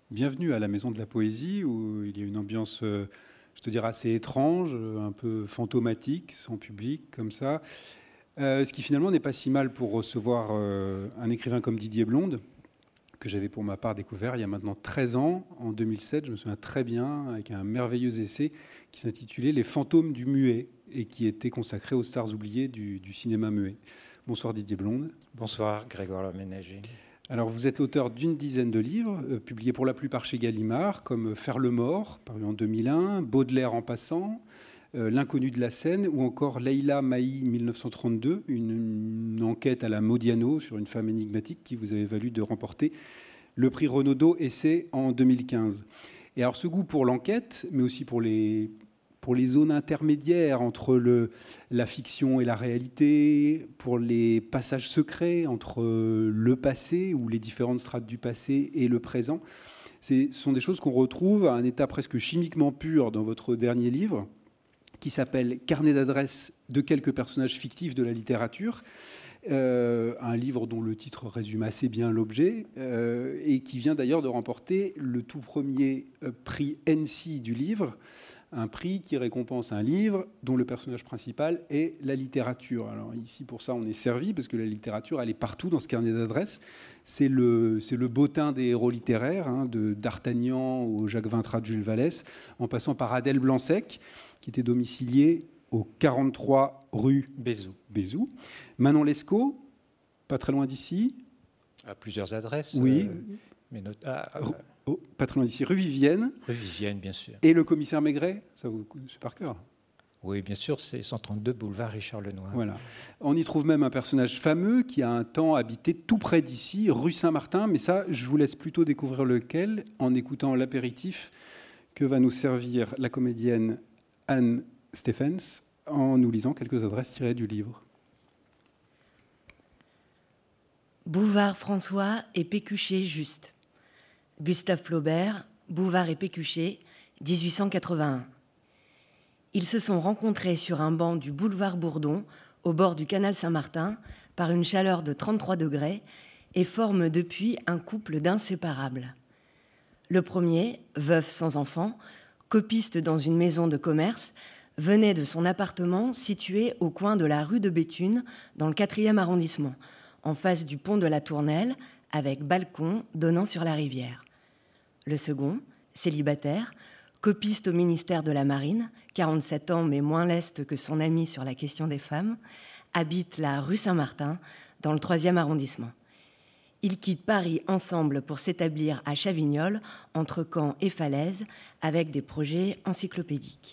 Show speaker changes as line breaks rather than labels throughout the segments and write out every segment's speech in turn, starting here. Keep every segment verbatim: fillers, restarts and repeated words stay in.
Bienvenue à la Maison de la Poésie, où il y a une ambiance, euh, je te dirais, assez étrange, un peu fantomatique, sans public, comme ça. Euh, ce qui finalement n'est pas si mal pour recevoir euh, un écrivain comme Didier Blonde, que j'avais pour ma part découvert il y a maintenant treize ans, en deux mille sept, je me souviens très bien, avec un merveilleux essai qui s'intitulait « Les fantômes du muet » et qui était consacré aux stars oubliées du, du cinéma muet. Bonsoir Didier Blonde.
Bonsoir Grégoire Leménager.
Alors, vous êtes l'auteur d'une dizaine de livres, euh, publiés pour la plupart chez Gallimard, comme Faire le mort, paru en deux mille un, Baudelaire en passant, euh, L'inconnu de la Seine, ou encore Leila Mahi mille neuf cent trente-deux, une, une enquête à la Modiano sur une femme énigmatique qui vous avait valu de remporter le prix Renaudot Essai en deux mille quinze. Et alors, ce goût pour l'enquête, mais aussi pour les... pour les zones intermédiaires entre le, la fiction et la réalité, pour les passages secrets entre le passé ou les différentes strates du passé et le présent. Ce sont des choses qu'on retrouve à un état presque chimiquement pur dans votre dernier livre, qui s'appelle « Carnet d'adresses de quelques personnages fictifs de la littérature ». Euh, un livre dont le titre résume assez bien l'objet euh, et qui vient d'ailleurs de remporter le tout premier euh, prix N C du livre, un prix qui récompense un livre dont le personnage principal est la littérature. Alors ici, pour ça, on est servi, parce que la littérature, elle est partout dans ce carnet d'adresses. C'est le, c'est le bottin des héros littéraires, hein, de D'Artagnan au Jacques Vintra de Jules Vallès, en passant par Adèle Blanc-Sec, qui était domiciliée au quarante-trois rue
Bézout.
Bézout. Manon Lescaut, pas très loin d'ici.
À plusieurs adresses.
Oui.
Euh, mais not- ah, ah,
Oh, pas très loin d'ici, rue Vivienne.
Rue Vivienne, bien sûr.
Et le commissaire Maigret, ça vous connaissez par cœur.
Oui, bien sûr, c'est cent trente-deux boulevard Richard Lenoir.
Voilà. On y trouve même un personnage fameux qui a un temps habité tout près d'ici, rue Saint-Martin. Mais ça, je vous laisse plutôt découvrir lequel en écoutant l'apéritif que va nous servir la comédienne Anne Stephens en nous lisant quelques adresses tirées du livre.
Bouvard François et Pécuchet Juste. Gustave Flaubert, Bouvard et Pécuchet, dix-huit cent quatre-vingt-un. Ils se sont rencontrés sur un banc du boulevard Bourdon, au bord du canal Saint-Martin, par une chaleur de trente-trois degrés, et forment depuis un couple d'inséparables. Le premier, veuf sans enfant, copiste dans une maison de commerce, venait de son appartement situé au coin de la rue de Béthune, dans le quatrième arrondissement, en face du pont de la Tournelle, avec balcon donnant sur la rivière. Le second, célibataire, copiste au ministère de la Marine, quarante-sept ans mais moins leste que son ami sur la question des femmes, habite la rue Saint-Martin, dans le troisième arrondissement. Ils quittent Paris ensemble pour s'établir à Chavignols, entre Caen et Falaise, avec des projets encyclopédiques.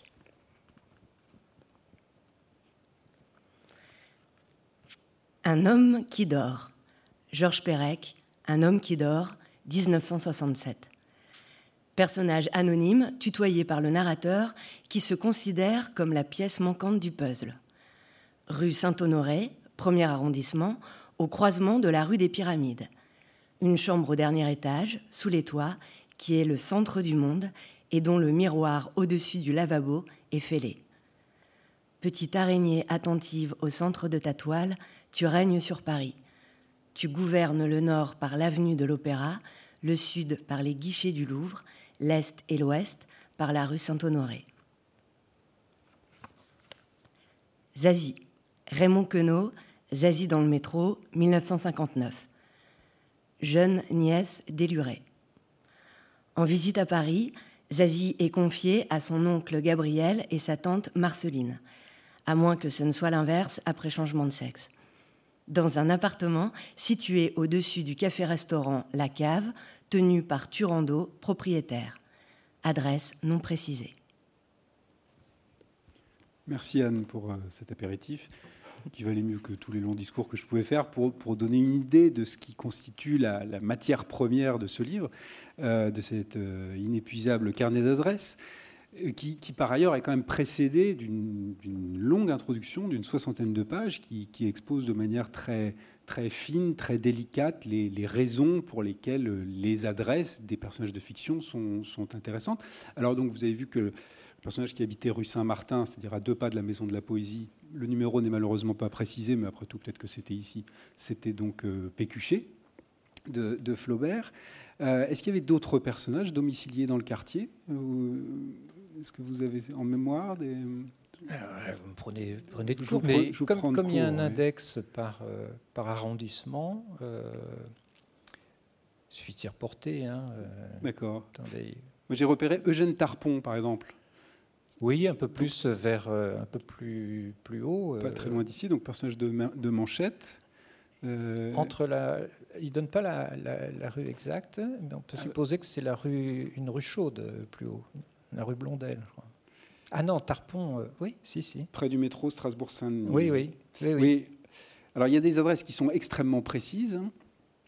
Un homme qui dort. Georges Perec, Un homme qui dort, dix-neuf cent soixante-sept. Personnage anonyme, tutoyé par le narrateur, qui se considère comme la pièce manquante du puzzle. Rue Saint-Honoré, premier arrondissement, au croisement de la rue des Pyramides. Une chambre au dernier étage, sous les toits, qui est le centre du monde et dont le miroir au-dessus du lavabo est fêlé. Petite araignée attentive au centre de ta toile, tu règnes sur Paris. Tu gouvernes le nord par l'avenue de l'Opéra, le sud par les guichets du Louvre, l'est et l'ouest par la rue Saint-Honoré. Zazie. Raymond Queneau, Zazie dans le métro, dix-neuf cent cinquante-neuf. Jeune nièce délurée. En visite à Paris, Zazie est confiée à son oncle Gabriel et sa tante Marceline, à moins que ce ne soit l'inverse après changement de sexe. Dans un appartement situé au-dessus du café-restaurant La Cave, tenu par Turando, propriétaire. Adresse non précisée.
Merci Anne pour euh, cet apéritif, qui valait mieux que tous les longs discours que je pouvais faire pour, pour donner une idée de ce qui constitue la, la matière première de ce livre, euh, de cet euh, inépuisable carnet d'adresses. Qui, qui, par ailleurs, est quand même précédé d'une, d'une longue introduction d'une soixantaine de pages qui, qui expose de manière très, très fine, très délicate les, les raisons pour lesquelles les adresses des personnages de fiction sont, sont intéressantes. Alors, donc, vous avez vu que le personnage qui habitait rue Saint-Martin, c'est-à-dire à deux pas de la Maison de la Poésie, le numéro n'est malheureusement pas précisé, mais après tout, peut-être que c'était ici, c'était donc euh, Pécuchet. de, de Flaubert. Euh, est-ce qu'il y avait d'autres personnages domiciliés dans le quartier? Ou est-ce que vous avez en mémoire des...
Alors, là, vous me prenez, prenez de
Je vous
court, mais
pre- je vous
comme,
prends de
comme il y a un
court, oui.
index par, euh, par arrondissement, euh, il suffit de s'y reporter. Hein, euh,
D'accord.
attendez.
Moi, j'ai repéré Eugène Tarpon, par exemple,
Oui, un peu plus vers, euh, un peu plus, plus haut.
pas
euh,
très loin d'ici, donc personnage de, Ma- de Manchette. Euh,
Entre la, il donne pas la, la, la rue exacte, mais on peut
Ah,
supposer que c'est la rue, une rue chaude euh, plus haut, la rue Blondel, je crois. Ah non, Tarpon, euh, oui, si, si.
Près du métro Strasbourg-Saint-Denis.
Oui, oui, oui, oui.
Oui. Alors, il y a des adresses qui sont extrêmement précises, hein,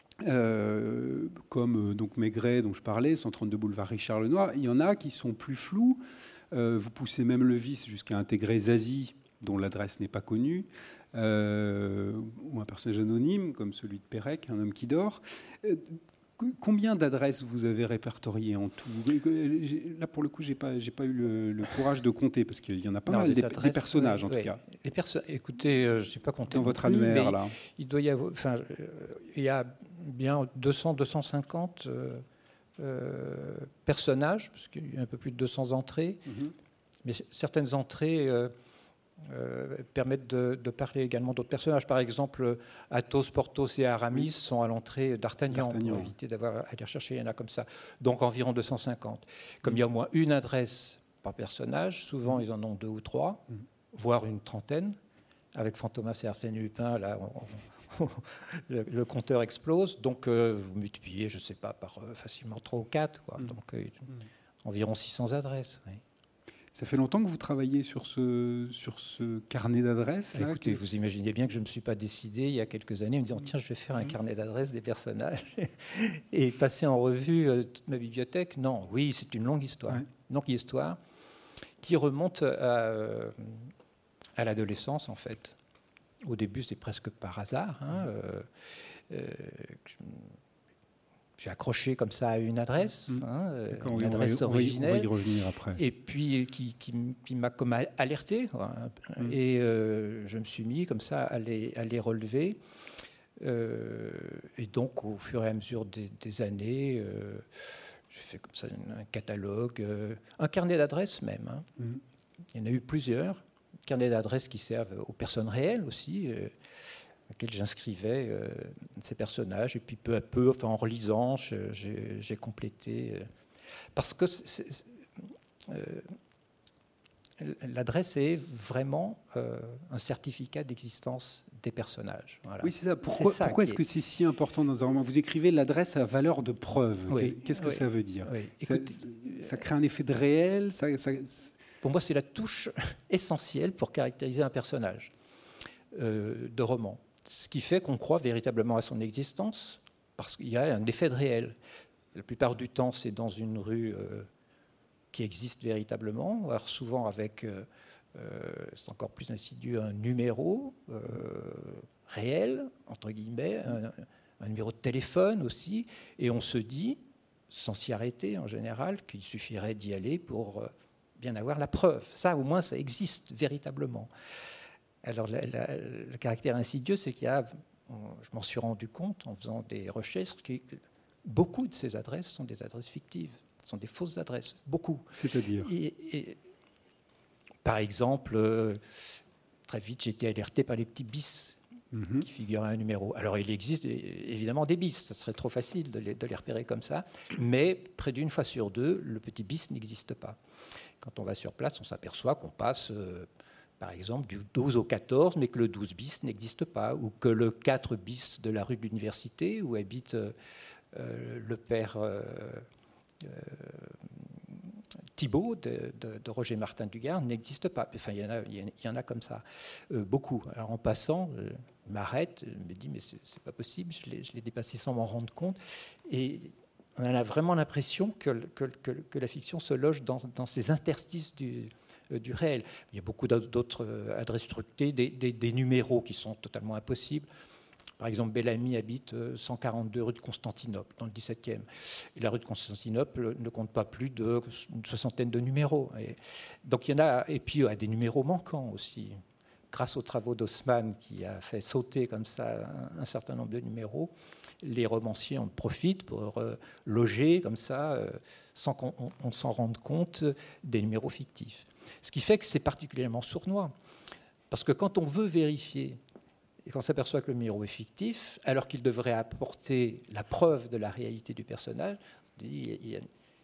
euh, comme euh, donc Maigret, dont je parlais, cent trente-deux boulevard Richard Lenoir. Il y en a qui sont plus floues. Euh, vous poussez même le vice jusqu'à intégrer Zazie, dont l'adresse n'est pas connue, euh, ou un personnage anonyme, comme celui de Pérec, un homme qui dort. Euh, Combien d'adresses vous avez répertoriées en tout? Là, pour le coup, je n'ai pas, j'ai pas eu le, le courage de compter, parce qu'il y en a pas
Non,
mal,
des
des,
adresses,
des personnages,
oui,
en tout
oui.
cas,
Les perso- Écoutez, euh, je ne sais pas compter
dans
non
votre
plus,
annuaire,
mais
là.
il doit y avoir, enfin, euh, il y a bien deux cents, deux cent cinquante euh, euh, personnages, parce qu'il y a un peu plus de deux cents entrées,
Mhm.
mais certaines entrées euh, euh, permettent de, de parler également d'autres personnages. Par exemple, Athos, Porthos et Aramis
Oui.
sont à l'entrée d'Artagnan,
D'Artagnan.
pour éviter d'avoir à aller chercher. Il y en a comme ça. Donc environ deux cent cinquante. Comme il y a au moins une adresse par personnage, souvent ils en ont deux ou trois,
Mhm.
voire une trentaine. Avec Fantomas et Arsène Lupin, là, on- on- le, le compteur explose. Donc euh, vous multipliez, je ne sais pas, par euh, facilement trois ou quatre. Quoi.
Mhm.
Donc euh, environ six cents adresses. Oui.
Ça fait longtemps que vous travaillez sur ce, sur ce carnet d'adresses là,
Écoutez,
que-
vous imaginez bien que je ne me suis pas décidé il y a quelques années en me disant tiens, je vais faire un carnet d'adresses des personnages et passer en revue euh, toute ma bibliothèque. Non, oui, c'est une longue histoire.
Ouais.
Longue histoire qui remonte à, euh, à l'adolescence, en fait. Au début, c'était presque par hasard. Hein, euh, euh, j'ai accroché comme ça à une adresse,
Mmh.
hein, euh,
D'accord,
une
oui, on va y-
adresse
on va y- on va y
originelle.
revenir après.
Et puis qui, qui, qui m'a comme alerté. Quoi.
Mm.
Et euh, je me suis mis comme ça à les, à les relever. Euh, et donc, au fur et à mesure des, des années, euh, j'ai fait comme ça un catalogue, euh, un carnet d'adresses même. Hein.
Mm.
Il y en a eu plusieurs. Carnet d'adresses qui servent aux personnes réelles aussi, euh, auxquelles j'inscrivais euh, ces personnages. Et puis peu à peu, enfin, en relisant, je- j'ai j'ai complété. euh, parce que c'est- c'est- euh, l'adresse est vraiment euh, un certificat d'existence des personnages. Voilà.
Oui, c'est ça. Pourquoi,
C'est ça
pourquoi
qui
est-ce
est-
que c'est si important dans un roman? Vous écrivez l'adresse à valeur de preuve.
Oui,
Qu'est-ce que
oui,
ça veut dire?
Oui.
ça,
Écoutez,
ça crée un effet de réel ça, ça-
pour moi, c'est la touche essentielle pour caractériser un personnage euh, de roman. Ce qui fait qu'on croit véritablement à son existence, parce qu'il y a un effet de réel. La plupart du temps, c'est dans une rue euh, qui existe véritablement, alors souvent avec, euh, euh, c'est encore plus insidieux, un numéro euh, réel, entre guillemets, un, un numéro de téléphone aussi, et on se dit, sans s'y arrêter en général, qu'il suffirait d'y aller pour... Euh, bien avoir la preuve. Ça, au moins, ça existe véritablement. Alors, la, la, le caractère insidieux, c'est qu'il y a, je m'en suis rendu compte en faisant des recherches, que beaucoup de ces adresses sont des adresses fictives, sont des fausses adresses, beaucoup.
C'est-à-dire
Et, et, par exemple, euh, très vite, j'ai été alerté par les petits bis
Mhm.
qui figurent à un numéro. Alors, il existe évidemment des bis, ce serait trop facile de les, de les repérer comme ça, mais près d'une fois sur deux, le petit bis n'existe pas. Quand on va sur place, on s'aperçoit qu'on passe, euh, par exemple, du douze au quatorze, mais que le douze bis n'existe pas, ou que le quatre bis de la rue de l'Université, où habite euh, euh, le père euh, euh, Thibault de, de, de Roger Martin Dugard, n'existe pas. Enfin, il y en a, il y en a comme ça, euh, beaucoup. Alors, en passant, euh, je m'arrête, je me dis, mais c'est, c'est pas possible, je l'ai, je l'ai dépassé sans m'en rendre compte. Et on a vraiment l'impression que, que, que, que la fiction se loge dans, dans ces interstices du, euh, du réel. Il y a beaucoup d'autres euh, adresses structurées, des, des, des numéros qui sont totalement impossibles. Par exemple, Bellamy habite cent quarante-deux rue de Constantinople, dans le dix-septième. Et la rue de Constantinople ne compte pas plus d'une soixantaine de numéros. Et donc il y en a, et puis il y a des numéros manquants aussi. grâce aux travaux d'Haussmann, qui a fait sauter comme ça un, un certain nombre de numéros, les romanciers en profitent pour euh, loger comme ça, euh, sans qu'on on, on s'en rende compte, des numéros fictifs. Ce qui fait que c'est particulièrement sournois. Parce que quand on veut vérifier et qu'on s'aperçoit que le numéro est fictif, alors qu'il devrait apporter la preuve de la réalité du personnage, il y a,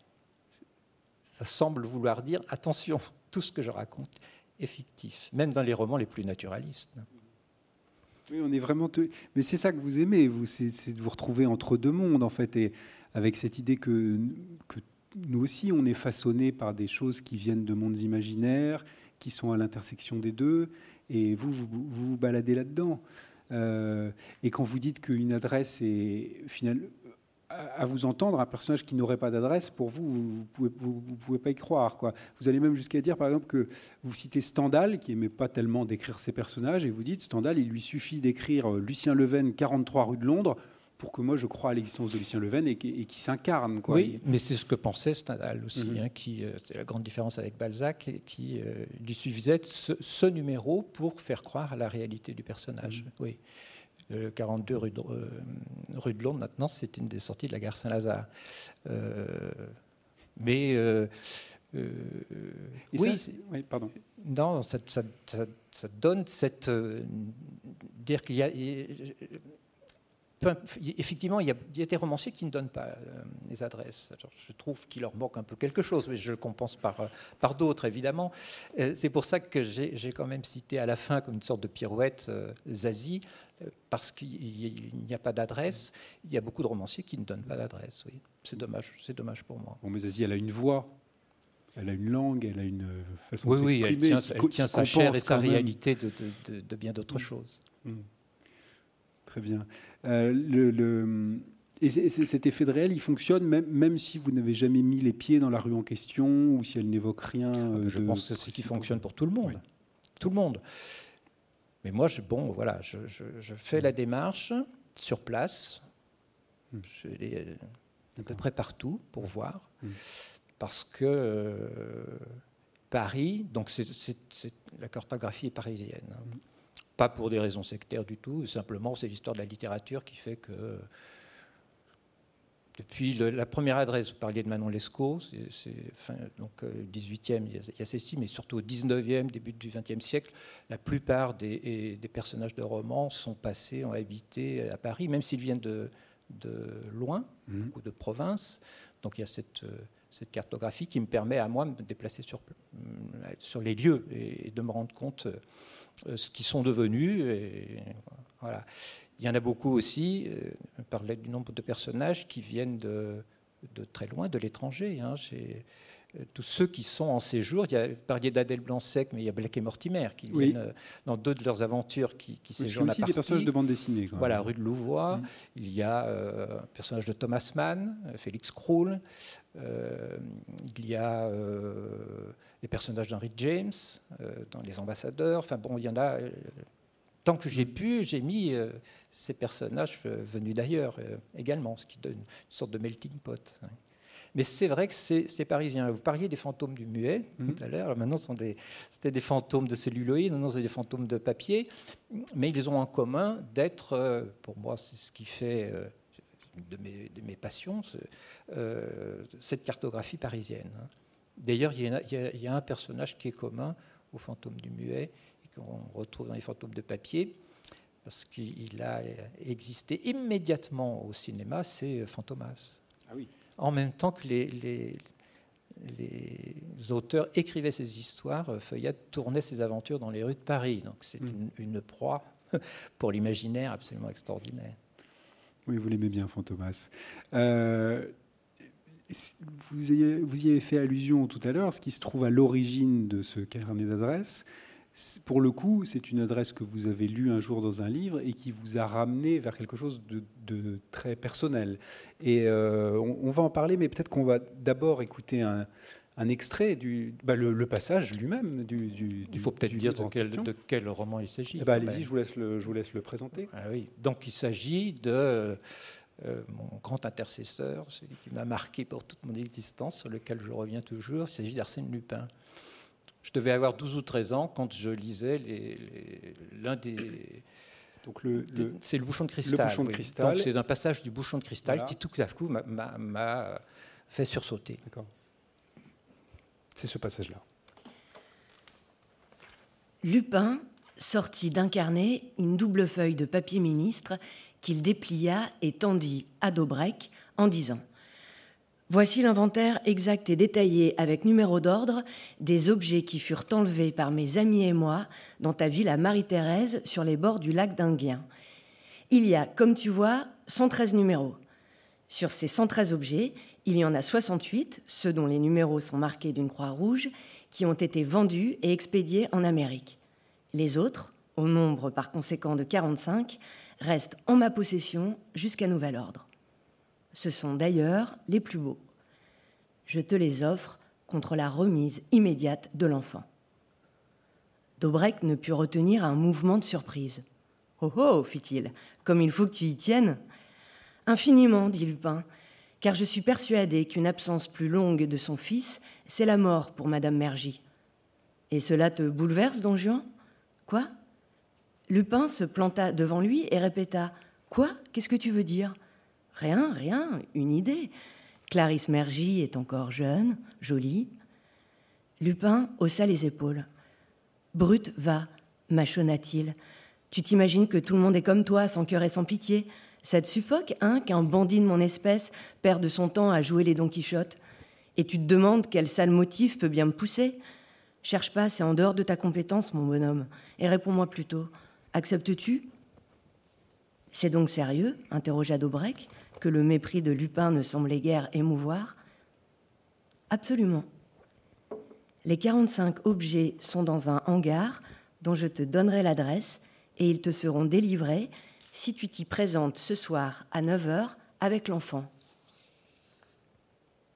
ça semble vouloir dire « attention, tout ce que je raconte est fictif », même dans les romans les plus naturalistes.
Oui, on est vraiment... Te... Mais c'est ça que vous aimez, vous, c'est, c'est de vous retrouver entre deux mondes, en fait, et avec cette idée que, que nous aussi, on est façonnés par des choses qui viennent de mondes imaginaires, qui sont à l'intersection des deux, et vous, vous vous, vous baladez là-dedans. Euh, et quand vous dites qu'une adresse est finalement... à vous entendre, un personnage qui n'aurait pas d'adresse, pour vous, vous ne pouvez, vous, vous pouvez pas y croire, quoi. Vous allez même jusqu'à dire, par exemple, que vous citez Stendhal, qui n'aimait pas tellement d'écrire ses personnages, et vous dites, Stendhal, il lui suffit d'écrire Lucien Leven, quarante-trois rue de Londres, pour que moi je crois à l'existence de Lucien Leven et qu'il s'incarne, quoi.
Oui, mais c'est ce que pensait Stendhal aussi, mm-hmm. hein, qui, euh, c'est la grande différence avec Balzac, qui euh, lui suffisait ce, ce numéro pour faire croire à la réalité du personnage. Mm-hmm. Oui. Euh, quarante-deux rue de, euh, rue de Londres, maintenant, c'est une des sorties de la gare Saint-Lazare. Euh, mais euh, euh, oui,
ça, oui, pardon.
Non, ça, ça, ça, ça donne cette euh, dire qu'il y a effectivement, il y, a, il y a des romanciers qui ne donnent pas euh, les adresses. Alors, je trouve qu'il leur manque un peu quelque chose, mais je le compense par, par d'autres, évidemment. Euh, c'est pour ça que j'ai, j'ai quand même cité à la fin, comme une sorte de pirouette, euh, Zazie, euh, parce qu'il n'y a pas d'adresse. Il y a beaucoup de romanciers qui ne donnent pas d'adresse. Oui. C'est dommage, c'est dommage pour moi.
Bon, mais Zazie, elle a une voix, elle a une langue, elle a une façon
oui,
de s'exprimer.
Oui, elle tient,
qui,
elle tient
qui
sa chair et sa
même.
réalité de, de, de, de bien d'autres mmh. choses.
Mmh. Très bien. Euh, le, le, et c'est, c'est, cet effet de réel, il fonctionne même, même si vous n'avez jamais mis les pieds dans la rue en question ou si elle n'évoque rien. Euh,
je
de,
pense que c'est ce qui fonctionne pour tout le monde. Oui. Tout le monde. Mais moi, je, bon, voilà, je, je, je fais mmh. la démarche sur place. Mmh. Je vais aller à peu près partout pour voir. Mmh. Parce que euh, Paris, donc c'est, c'est, c'est, la cartographie est parisienne. Hein. Mmh. Pas pour des raisons sectaires du tout, simplement c'est l'histoire de la littérature qui fait que depuis le, la première adresse, vous parliez de Manon Lescaut, c'est, c'est fin, donc euh, dix-huitième, il y, a, il y a ceci, mais surtout au dix-neuvième, début du vingtième siècle, la plupart des, et, des personnages de romans sont passés, ont habité à Paris, même s'ils viennent de, de loin, mmh. ou de province. Donc il y a cette, cette cartographie qui me permet à moi de me déplacer sur, sur les lieux et, et de me rendre compte euh, ce qu'ils sont devenus. Et, voilà. Il y en a beaucoup aussi, euh, on parlait du nombre de personnages qui viennent de, de très loin, de l'étranger. Hein. J'ai, euh, tous ceux qui sont en séjour, il y a, vous parliez d'Adèle Blanc-Sec, mais il y a Blake et Mortimer qui oui. viennent euh, dans deux de leurs aventures qui, qui
oui,
séjournent à Paris.
Il y a aussi des personnages de bande dessinée. Quand
voilà,
même.
rue de Louvois. Mmh. Il y a euh, un personnage de Thomas Mann, Félix Krull. Euh, il y a euh, les personnages d'Henry James euh, dans Les Ambassadeurs. Enfin bon, il y en a... Euh, tant que j'ai pu, j'ai mis euh, ces personnages euh, venus d'ailleurs euh, également, ce qui donne une sorte de melting pot. Hein. Mais c'est vrai que c'est, c'est parisien. Vous parliez des fantômes du muet mmh. tout à l'heure. Alors maintenant, ce sont des, c'était des fantômes de celluloïd, maintenant, c'est des fantômes de papier. Mais ils ont en commun d'être, euh, pour moi, c'est ce qui fait euh, de, mes, de mes passions, euh, cette cartographie parisienne. Hein. D'ailleurs, il y, a, il, y a, il y a un personnage qui est commun aux fantômes du muet, qu'on retrouve dans les fantômes de papier, parce qu'il a existé immédiatement au cinéma, c'est Fantomas.
Ah oui.
En même temps que les, les, les auteurs écrivaient ces histoires, Feuillade tournait ses aventures dans les rues de Paris. Donc c'est mmh. une, une proie pour l'imaginaire absolument extraordinaire.
Oui, vous l'aimez bien, Fantomas. Euh, vous, ayez, vous y avez fait allusion tout à l'heure, ce qui se trouve à l'origine de ce carnet d'adresses. Pour le coup, c'est une adresse que vous avez lue un jour dans un livre et qui vous a ramené vers quelque chose de, de très personnel. Et euh, on, on va en parler, mais peut-être qu'on va d'abord écouter un, un extrait, du, bah le, le passage lui-même. Du, du,
il faut peut-être
du
dire de quel, de quel roman il s'agit.
Eh ben, allez-y, je vous, laisse le, je vous laisse le présenter.
Ah oui. Donc il s'agit de euh, mon grand intercesseur, celui qui m'a marqué pour toute mon existence, sur lequel je reviens toujours. Il s'agit d'Arsène Lupin. Je devais avoir douze ou treize ans quand je lisais les, les, l'un des...
Donc le, le,
c'est le bouchon de cristal.
Le bouchon de
oui.
cristal.
Donc c'est un passage du bouchon de cristal
voilà.
qui tout à coup m'a, m'a, m'a fait sursauter.
D'accord. C'est ce passage-là.
Lupin sortit d'un carnet une double feuille de papier ministre qu'il déplia et tendit à Daubrec en disant « Voici l'inventaire exact et détaillé avec numéro d'ordre des objets qui furent enlevés par mes amis et moi dans ta villa Marie-Thérèse sur les bords du lac d'Enghien. Il y a, comme tu vois, cent treize numéros. Sur ces cent treize objets, il y en a soixante-huit, ceux dont les numéros sont marqués d'une croix rouge, qui ont été vendus et expédiés en Amérique. Les autres, au nombre par conséquent de quarante-cinq, restent en ma possession jusqu'à nouvel ordre. Ce sont d'ailleurs les plus beaux. Je te les offre contre la remise immédiate de l'enfant. » Daubrec ne put retenir un mouvement de surprise. « Oh oh !» fit-il, « comme il faut que tu y tiennes. »« Infiniment, » dit Lupin, « car je suis persuadé qu'une absence plus longue de son fils, c'est la mort pour Madame Mergy. »« Et cela te bouleverse, Don Juan ? » ?»« Quoi ?» Lupin se planta devant lui et répéta « Quoi ? Qu'est-ce que tu veux dire ?»« Rien, rien, une idée. Clarisse Mergy est encore jeune, jolie. » Lupin haussa les épaules. « Brute, va, mâchonna-t-il. Tu t'imagines que tout le monde est comme toi, sans cœur et sans pitié. Ça te suffoque, hein, qu'un bandit de mon espèce perde son temps à jouer les Don Quichotte. Et tu te demandes quel sale motif peut bien me pousser. Cherche pas, c'est en dehors de ta compétence, mon bonhomme. Et réponds-moi plutôt. Acceptes-tu ? » « C'est donc sérieux ? » interrogea Daubrec, que le mépris de Lupin ne semblait guère émouvoir. « Absolument. Les quarante-cinq objets sont dans un hangar dont je te donnerai l'adresse et ils te seront délivrés si tu t'y présentes ce soir à neuf heures avec l'enfant. »« J'accepte, »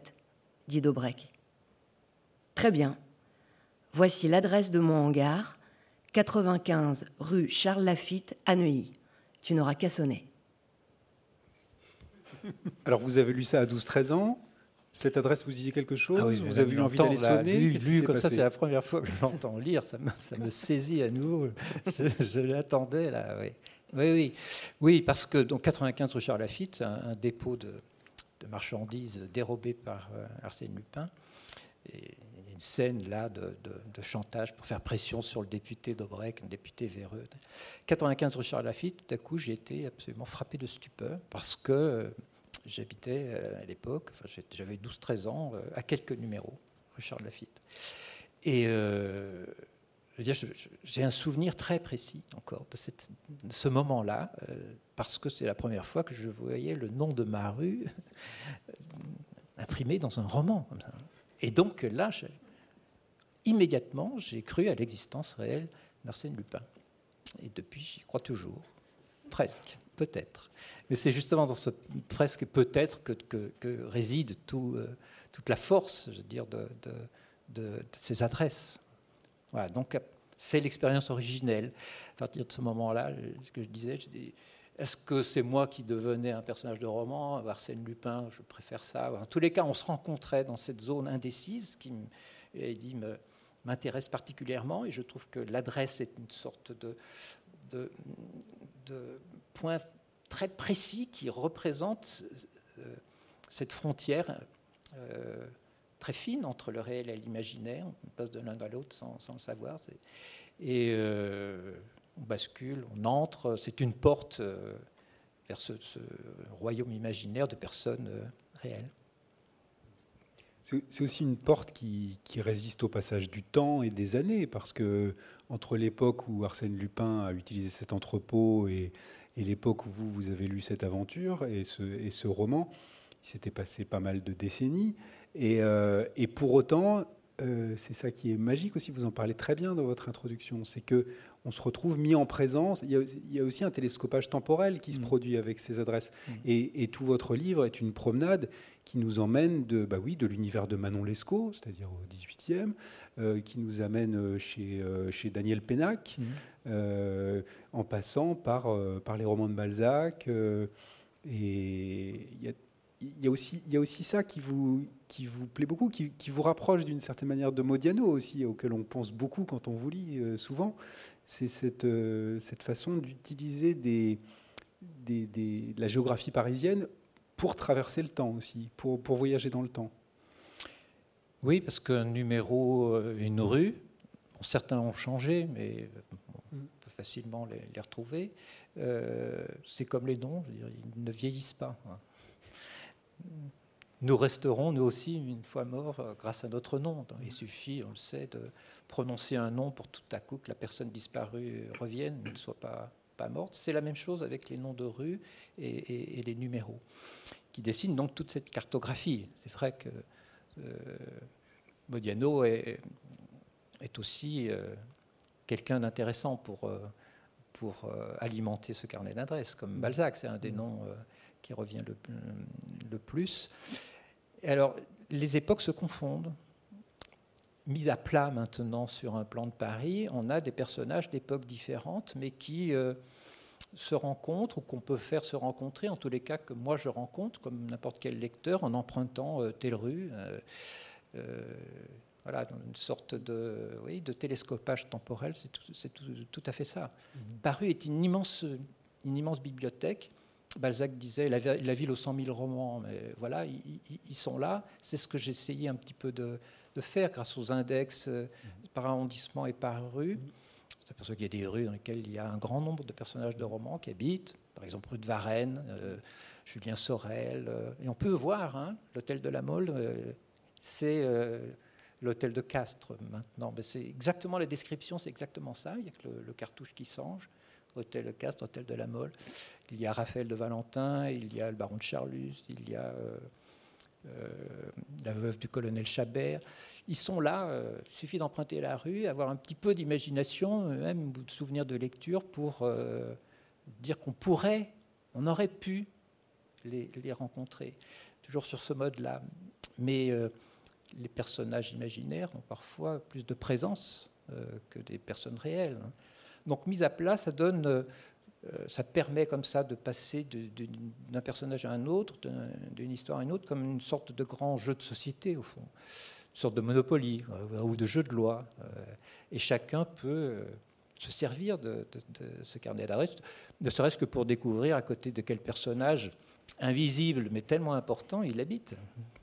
dit Daubrec. « Très bien. Voici l'adresse de mon hangar, quatre-vingt-quinze rue Charles Lafitte à Neuilly. Tu n'auras qu'à sonner. »
Alors, vous avez lu ça à douze treize ans. Cette adresse vous disait quelque chose?
Ah oui,
vous avez eu envie d'aller sonner?
Lu,
Qu'est-ce
lu
qui s'est
comme
passé?
ça, c'est la première fois que je l'entends lire. Ça me, ça me saisit à nouveau. Je, je l'attendais, là, oui. Oui, oui. Oui, parce que donc quatre-vingt-quinze rue Charles Lafitte, un, un dépôt de, de marchandises dérobé par euh, Arsène Lupin. Et une scène là de, de, de chantage pour faire pression sur le député Daubrec, un député véreux. quatre-vingt-quinze rue Charles Lafitte, tout à coup, j'ai été absolument frappé de stupeur parce que euh, j'habitais euh, à l'époque, enfin, j'avais douze treize ans, euh, à quelques numéros, rue Charles Lafitte. Et euh, je veux dire, je, je, j'ai un souvenir très précis encore de, cette, de ce moment-là, euh, parce que c'est la première fois que je voyais le nom de ma rue imprimé dans un roman comme ça. Et donc là, je, immédiatement, j'ai cru à l'existence réelle d'Arsène Lupin. Et depuis, j'y crois toujours. Presque, peut-être. Mais c'est justement dans ce presque peut-être que, que, que réside tout, euh, toute la force, je veux dire, de, de, de, de ces adresses. Voilà, donc c'est l'expérience originelle. À partir de ce moment-là, ce que je disais, je dis, est-ce que c'est moi qui devenais un personnage de roman, Arsène Lupin, je préfère ça. En tous les cas, on se rencontrait dans cette zone indécise qui et dit, me, m'intéresse particulièrement, et je trouve que l'adresse est une sorte de, de, de point très précis qui représente euh, cette frontière euh, très fine entre le réel et l'imaginaire. On passe de l'un à l'autre sans, sans le savoir. C'est, et euh, on bascule, on entre, c'est une porte euh, vers ce, ce royaume imaginaire de personnes euh, réelles.
C'est aussi une porte qui, qui résiste au passage du temps et des années, parce que entre l'époque où Arsène Lupin a utilisé cet entrepôt et, et l'époque où vous, vous avez lu cette aventure et ce, et ce roman, il s'était passé pas mal de décennies. Et, euh, et pour autant, euh, c'est ça qui est magique aussi, vous en parlez très bien dans votre introduction, c'est qu'on se retrouve mis en présence. Il y a, il y a aussi un télescopage temporel qui se mmh. produit avec ces adresses. Mmh. Et, et tout votre livre est une promenade qui nous emmène de, bah oui, de l'univers de Manon Lescaut, c'est-à-dire au dix-huitième, euh, qui nous amène chez, euh, chez Daniel Pénac, mmh. euh, en passant par, euh, par les romans de Balzac. Euh, et il y a il y a aussi, il y a aussi ça qui vous, qui vous plaît beaucoup, qui, qui vous rapproche d'une certaine manière de Modiano aussi, auquel on pense beaucoup quand on vous lit euh, souvent. C'est cette, euh, cette façon d'utiliser des, des, des, de la géographie parisienne pour traverser le temps aussi, pour, pour voyager dans le temps.
Oui, parce qu'un numéro, une rue, bon, certains ont changé, mais on peut facilement les, les retrouver. Euh, c'est comme les noms, je veux dire, ils ne vieillissent pas. Nous resterons, nous aussi, une fois morts, grâce à notre nom. Il suffit, on le sait, de prononcer un nom pour tout à coup que la personne disparue revienne, ne soit pas, pas morte. C'est la même chose avec les noms de rues et, et, et les numéros, qui dessinent donc toute cette cartographie. C'est vrai que euh, Modiano est, est aussi euh, quelqu'un d'intéressant pour, euh, pour euh, alimenter ce carnet d'adresses, comme Balzac, c'est un des noms euh, qui revient le, le plus. Et alors, les époques se confondent. Mis à plat maintenant sur un plan de Paris, on a des personnages d'époques différentes, mais qui euh, se rencontrent, ou qu'on peut faire se rencontrer, en tous les cas que moi je rencontre, comme n'importe quel lecteur, en empruntant euh, telle rue. Euh, euh, voilà, une sorte de, oui, de télescopage temporel, c'est tout, c'est tout, tout à fait ça. Mmh. Paris est une immense, une immense bibliothèque. Balzac disait la, la ville aux cent mille romans, mais voilà, ils, ils, ils sont là. C'est ce que j'ai essayé un petit peu de, de faire grâce aux index euh, par arrondissement et par rue. C'est pour ça qu'il y a des rues dans lesquelles il y a un grand nombre de personnages de romans qui habitent, par exemple rue de Varennes, euh, Julien Sorel, euh, et on peut voir hein, l'hôtel de la Mole, euh, c'est euh, l'hôtel de Castres maintenant. Mais c'est exactement la description, c'est exactement ça. Il y a que le, le cartouche qui change. Hôtel de Castres, hôtel de la Mole. Il y a Raphaël de Valentin, il y a le baron de Charlus, il y a euh, euh, la veuve du colonel Chabert. Ils sont là, euh, il suffit d'emprunter la rue, avoir un petit peu d'imagination, même de souvenirs de lecture pour euh, dire qu'on pourrait, on aurait pu les, les rencontrer. Toujours sur ce mode-là. Mais euh, les personnages imaginaires ont parfois plus de présence euh, que des personnes réelles. Donc, mise à plat, ça donne, euh, ça permet comme ça de passer de, de, d'un personnage à un autre, d'un, d'une histoire à une autre, comme une sorte de grand jeu de société, au fond. Une sorte de Monopoly euh, ou de jeu de loi. Euh, et chacun peut euh, se servir de, de, de ce carnet d'adresses, ne serait-ce que pour découvrir à côté de quel personnage invisible, mais tellement important, il habite.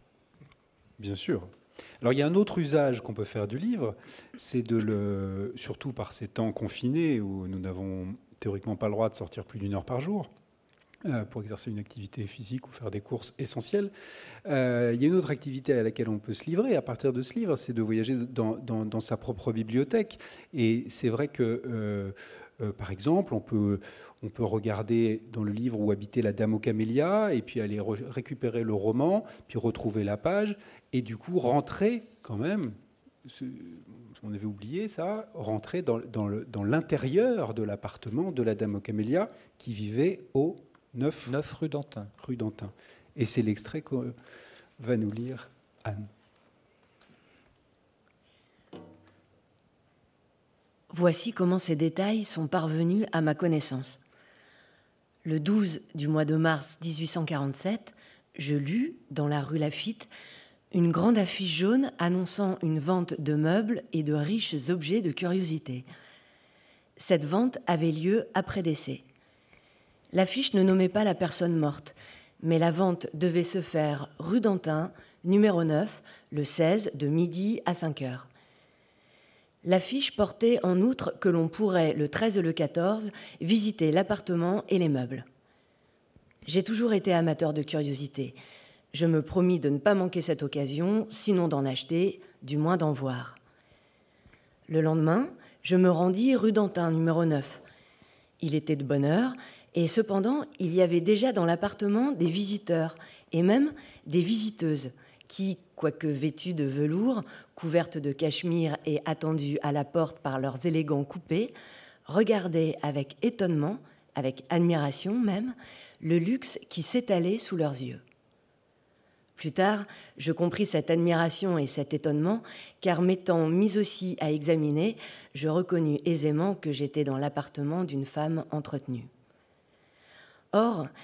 Bien sûr. Alors il y a un autre usage qu'on peut faire du livre, c'est de le, surtout par ces temps confinés où nous n'avons théoriquement pas le droit de sortir plus d'une heure par jour euh, pour exercer une activité physique ou faire des courses essentielles. Euh, il y a une autre activité à laquelle on peut se livrer à partir de ce livre, c'est de voyager dans, dans, dans sa propre bibliothèque. Et c'est vrai que, euh, euh, par exemple, on peut... On peut regarder dans le livre où habitait la dame aux camélias et puis aller re- récupérer le roman, puis retrouver la page et du coup rentrer quand même, ce, on avait oublié ça, rentrer dans, dans, le, dans l'intérieur de l'appartement de la dame aux camélias qui vivait au neuf
rue d'Antin.
rue d'Antin. Et c'est l'extrait que va nous lire Anne.
Voici comment ces détails sont parvenus à ma connaissance. Le douze du mois de mars dix-huit cent quarante-sept, je lus, dans la rue Laffitte, une grande affiche jaune annonçant une vente de meubles et de riches objets de curiosité. Cette vente avait lieu après décès. L'affiche ne nommait pas la personne morte, mais la vente devait se faire rue d'Antin, numéro neuf, le seize, de midi à cinq heures. L'affiche portait en outre que l'on pourrait, le treize et le quatorze, visiter l'appartement et les meubles. J'ai toujours été amateur de curiosité. Je me promis de ne pas manquer cette occasion, sinon d'en acheter, du moins d'en voir. Le lendemain, je me rendis rue d'Antin, numéro neuf. Il était de bonne heure, et cependant, il y avait déjà dans l'appartement des visiteurs, et même des visiteuses, qui, quoique vêtues de velours, couvertes de cachemire et attendues à la porte par leurs élégants coupés, regardaient avec étonnement, avec admiration même, le luxe qui s'étalait sous leurs yeux. Plus tard, je compris cette admiration et cet étonnement, car m'étant mis aussi à examiner, je reconnus aisément que j'étais dans l'appartement d'une femme entretenue. Or,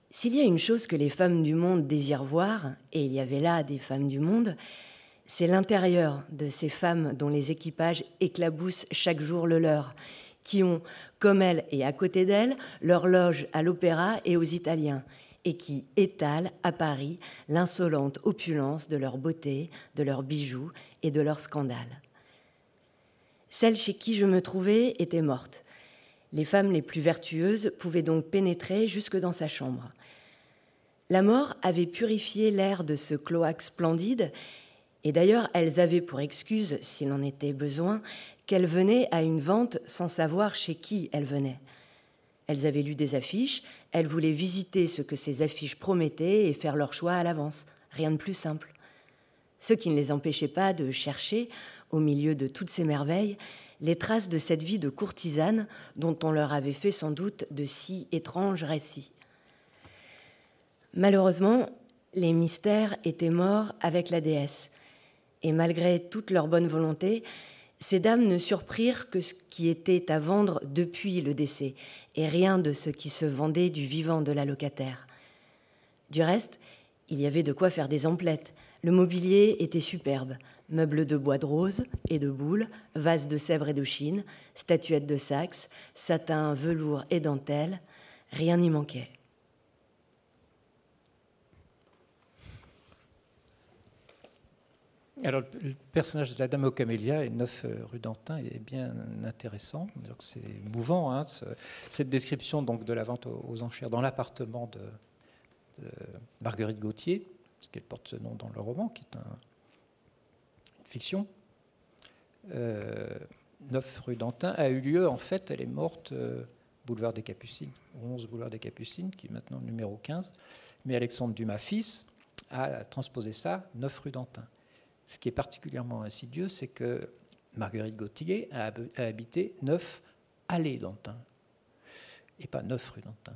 S'il y a une chose que les femmes du monde désirent voir, et il y avait là des femmes du monde, c'est l'intérieur de ces femmes dont les équipages éclaboussent chaque jour le leur, qui ont, comme elles et à côté d'elles, leur loge à l'opéra et aux Italiens, et qui étalent à Paris l'insolente opulence de leur beauté, de leurs bijoux et de leurs scandales. Celle chez qui je me trouvais était morte. Les femmes les plus vertueuses pouvaient donc pénétrer jusque dans sa chambre. La mort avait purifié l'air de ce cloaque splendide, et d'ailleurs elles avaient pour excuse, s'il en était besoin, qu'elles venaient à une vente sans savoir chez qui elles venaient. Elles avaient lu des affiches, elles voulaient visiter ce que ces affiches promettaient et faire leur choix à l'avance, rien de plus simple. Ce qui ne les empêchait pas de chercher, au milieu de toutes ces merveilles, les traces de cette vie de courtisane dont on leur avait fait sans doute de si étranges récits. Malheureusement, les mystères étaient morts avec la déesse, et malgré toute leur bonne volonté, ces dames ne surprirent que ce qui était à vendre depuis le décès, et rien de ce qui se vendait du vivant de la locataire. Du reste, il y avait de quoi faire des emplettes. Le mobilier était superbe, meubles de bois de rose et de boules, vases de Sèvres et de Chine, statuettes de Saxe, satin, velours et dentelle, rien n'y manquait.
Alors, le personnage de la dame aux camélias et neuf rue d'Antin est bien intéressant. C'est mouvant, hein, cette description donc, de la vente aux enchères dans l'appartement de, de Marguerite Gauthier, parce qu'elle porte ce nom dans le roman, qui est un, une fiction. Euh, neuf rue d'Antin a eu lieu, en fait, elle est morte euh, boulevard des Capucines, onze boulevard des Capucines, qui est maintenant numéro quinze. Mais Alexandre Dumas, fils, a transposé ça, neuf rue d'Antin. Ce qui est particulièrement insidieux, c'est que Marguerite Gauthier a habité neuf allées d'Antin, et pas neuf rue d'Antin.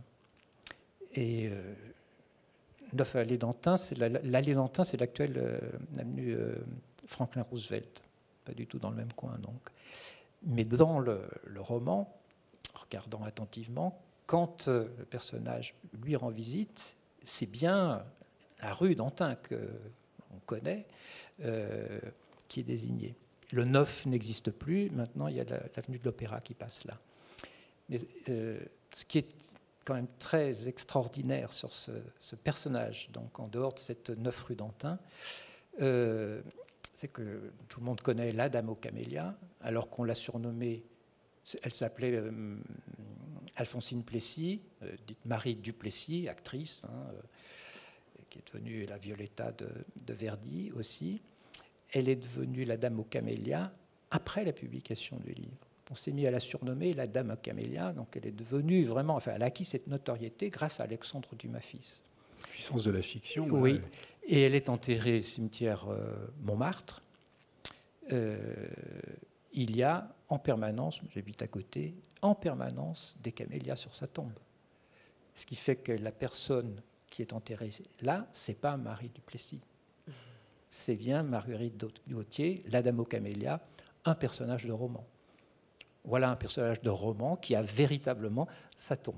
Et euh, neuf allées d'Antin, c'est la, l'allée d'Antin, c'est l'actuelle euh, avenue euh, Franklin Roosevelt, pas du tout dans le même coin donc. Mais dans le, le roman, regardant attentivement, quand euh, le personnage lui rend visite, c'est bien la rue d'Antin que on connaît, euh, qui est désignée. Le neuf n'existe plus, maintenant il y a la, l'avenue de l'Opéra qui passe là. Mais euh, ce qui est quand même très extraordinaire sur ce, ce personnage, donc en dehors de cette neuf rue d'Antin, euh, c'est que tout le monde connaît la dame aux camélias, alors qu'on l'a surnommée, elle s'appelait euh, Alphonsine Plessis, euh, dite Marie Duplessis, actrice, hein, euh, qui est devenue la Violetta de, de Verdi aussi. Elle est devenue la dame aux camélias après la publication du livre. On s'est mis à la surnommer la dame aux camélias, donc elle est devenue vraiment, enfin, elle a acquis cette notoriété grâce à Alexandre Dumas fils.
Puissance de la fiction.
Oui,
ouais.
Et elle est enterrée au cimetière euh, Montmartre. Euh, il y a en permanence, j'habite à côté, en permanence des camélias sur sa tombe. Ce qui fait que la personne qui est enterrée là, c'est pas Marie Duplessis. C'est bien Marguerite Gauthier, la dame aux camélias, un personnage de roman. Voilà un personnage de roman qui a véritablement sa tombe.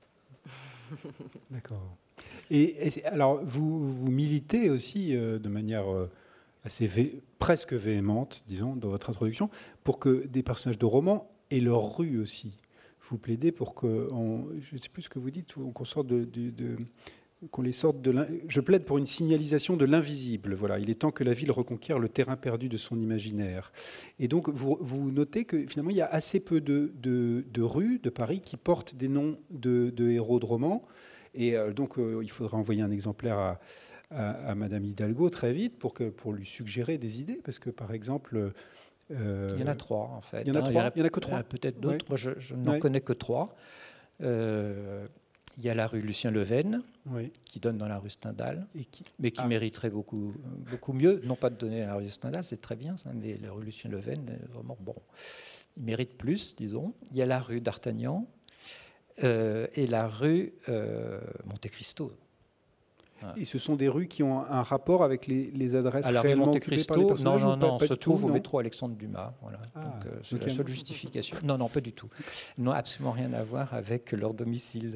D'accord. Et, et alors, vous, vous militez aussi euh, de manière euh, assez vé- presque véhémente, disons, dans votre introduction, pour que des personnages de roman aient leur rue aussi. Vous plaidez pour que, on, je ne sais plus ce que vous dites, qu'on sorte de, de, de qu'on les sorte de. Je plaide pour une signalisation de l'invisible. Voilà, il est temps que la ville reconquiert le terrain perdu de son imaginaire. Et donc, vous, vous notez que finalement, il y a assez peu de, de, de rues de Paris qui portent des noms de, de héros de romans. Et euh, donc, euh, il faudra envoyer un exemplaire à, à, à Madame Hidalgo très vite pour, que, pour lui suggérer des idées. Parce que, par exemple...
Euh, il y en a trois, en fait.
Il y en a,
hein,
trois.
Il y en a,
il y en a que trois.
Il y en a peut-être d'autres.
Ouais.
Moi, je, je n'en
ouais.
connais que trois. Euh, il y a la rue Lucien Leven,
oui.
qui donne dans la rue Stendhal,
et qui...
mais qui ah. mériterait beaucoup, beaucoup mieux. Non pas de donner à la rue Stendhal, c'est très bien, ça, mais la rue Lucien Leven, vraiment, bon, il mérite plus, disons. Il y a la rue d'Artagnan euh, et la rue euh, Monte Cristo.
Et ce sont des rues qui ont un rapport avec les, les adresses
Alors,
réellement
Monte
occupées
Cristo,
par les personnages
non, non,
pas,
non,
pas
se
du
trouve
tout,
au
non
métro Alexandre Dumas. Voilà.
Ah,
donc, euh, c'est
donc
la seule justification. Non, non, pas du tout. Non, absolument rien à voir avec leur domicile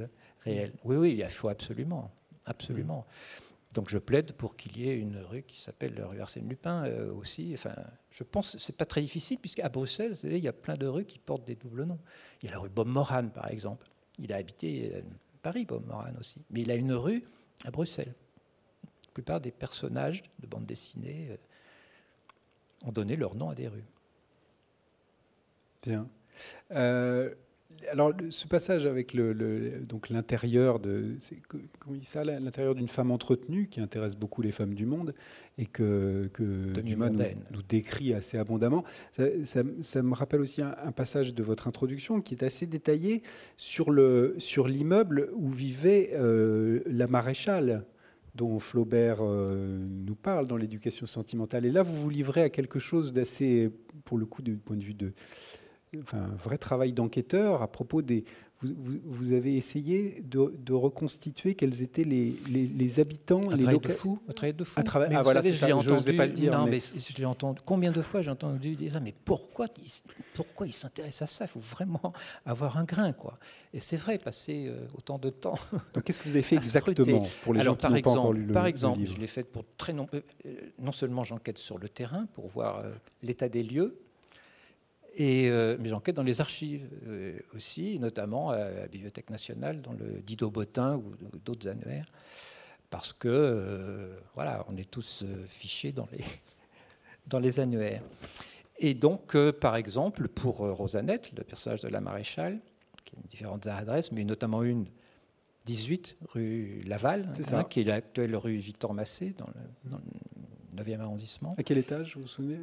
réel. Oui, oui, il faut absolument, absolument. Mmh. Donc je plaide pour qu'il y ait une rue qui s'appelle la rue Arsène Lupin euh, aussi. Enfin, je pense que ce n'est pas très difficile, puisqu'à Bruxelles, vous savez, il y a plein de rues qui portent des doubles noms. Il y a la rue Bob Moran, par exemple. Il a habité à Paris, Bob Moran aussi. Mais il a une rue à Bruxelles. La plupart des personnages de bande dessinée euh, ont donné leur nom à des rues.
Bien. Euh, alors, ce passage avec le, le, donc l'intérieur de, c'est, comment il dit ça, l'intérieur d'une femme entretenue qui intéresse beaucoup les femmes du monde et que, que Dumas nous, nous décrit assez abondamment. Ça, ça, ça me rappelle aussi un, un passage de votre introduction qui est assez détaillé sur, le, sur l'immeuble où vivait euh, la maréchale, dont Flaubert euh, nous parle dans l'éducation sentimentale. Et là, vous vous livrez à quelque chose d'assez, pour le coup, du point de vue de... Enfin, un vrai travail d'enquêteur à propos des... Vous, vous, vous avez essayé de, de reconstituer quels étaient les, les, les habitants...
Un
les
travail
loca...
de fou. Un travail de fou.
Tra...
Mais
ah,
vous
voilà,
savez,
c'est
je
ça, je n'osais pas le dire.
Non,
mais...
mais je l'ai entendu... Combien de fois j'ai entendu dire ça? Mais pourquoi, pourquoi il s'intéresse à ça? Il faut vraiment avoir un grain, quoi. Et c'est vrai, passer euh, autant de temps...
Donc, qu'est-ce que vous avez fait exactement pour les
Alors,
gens qui
par
n'ont
exemple,
pas encore lu le,
par exemple,
le livre?
je l'ai fait pour très nombreux... Euh, non seulement j'enquête sur le terrain pour voir euh, l'état des lieux, Et, euh, mais j'enquête dans les archives euh, aussi, notamment à la Bibliothèque nationale, dans le Didot Bottin ou d'autres annuaires, parce que euh, voilà, on est tous euh, fichés dans les, dans les annuaires. Et donc, euh, par exemple, pour euh, Rosanette, le personnage de la maréchale, qui a différentes adresses, mais notamment une dix-huit rue Laval, hein, qui est l'actuelle rue Victor Massé, dans le, dans le neuvième arrondissement.
À quel étage, vous vous souvenez?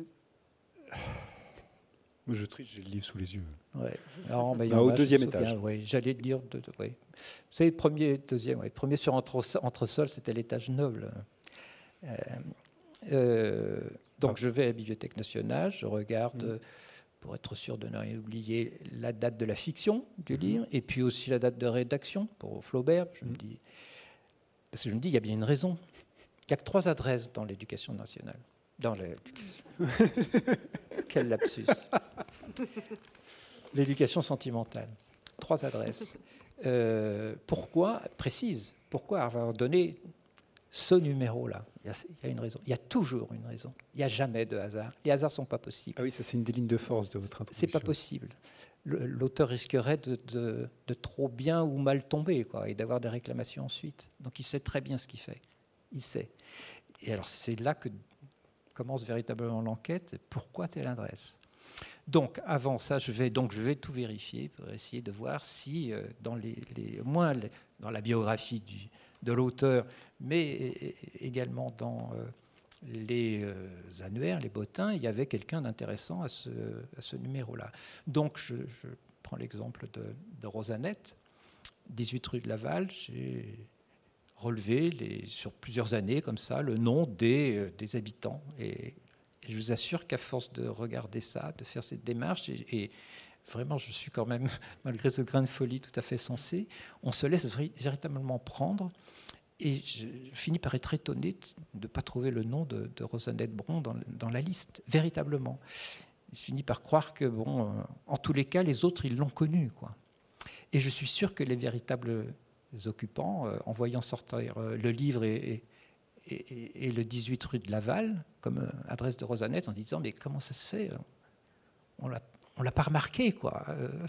Je triche, j'ai le livre sous les yeux.
Ouais. Alors, bah,
ah, au
bas,
deuxième étage.
Ouais, j'allais dire. De, de, ouais. Vous savez, le premier, deuxième, ouais, le premier sur entresol, entre c'était l'étage noble. Euh, euh, donc, ah. je vais à la Bibliothèque nationale, je regarde, mmh. pour être sûr de ne rien oublier, la date de la fiction du mmh. livre, et puis aussi la date de rédaction pour Flaubert. Je mmh. me dis, parce que je me dis, il y a bien une raison. Il n'y a que trois adresses dans l'éducation nationale. Dans l'éducation. Quel lapsus. L'éducation sentimentale. Trois adresses. Euh, pourquoi, précise, pourquoi avoir donné ce numéro-là? Il y a, il y a une raison. Il y a toujours une raison. Il n'y a jamais de hasard. Les hasards ne sont pas possibles.
Ah oui, ça c'est une des lignes de force de votre introduction.
C'est pas possible. Le, l'auteur risquerait de, de, de trop bien ou mal tomber, quoi, et d'avoir des réclamations ensuite. Donc il sait très bien ce qu'il fait. Il sait. Et alors c'est là que commence véritablement l'enquête. Pourquoi telle adresse? Donc, avant ça, je vais, donc, je vais tout vérifier pour essayer de voir si, euh, dans les, les, au moins les, dans la biographie du, de l'auteur, mais également dans euh, les euh, annuaires, les bottins, il y avait quelqu'un d'intéressant à ce, à ce numéro-là. Donc, je, je prends l'exemple de, de Rosanette, dix-huit rue de Laval. J'ai relevé les, sur plusieurs années, comme ça, le nom des, euh, des habitants. Et, et je vous assure qu'à force de regarder ça, de faire cette démarche, et, et vraiment, je suis quand même, malgré ce grain de folie tout à fait sensé, on se laisse vri- véritablement prendre. Et je finis par être étonné de ne pas trouver le nom de, de Rosanette Bron dans, dans la liste, véritablement. Je finis par croire que, bon, euh, en tous les cas, les autres, ils l'ont connu, quoi. Et je suis sûr que les véritables occupants, euh, en voyant sortir euh, le livre et, et, et, et le dix-huit rue de Laval, comme euh, adresse de Rosanette, en disant « mais comment ça se fait? On l'a, on l'a pas remarqué, quoi. »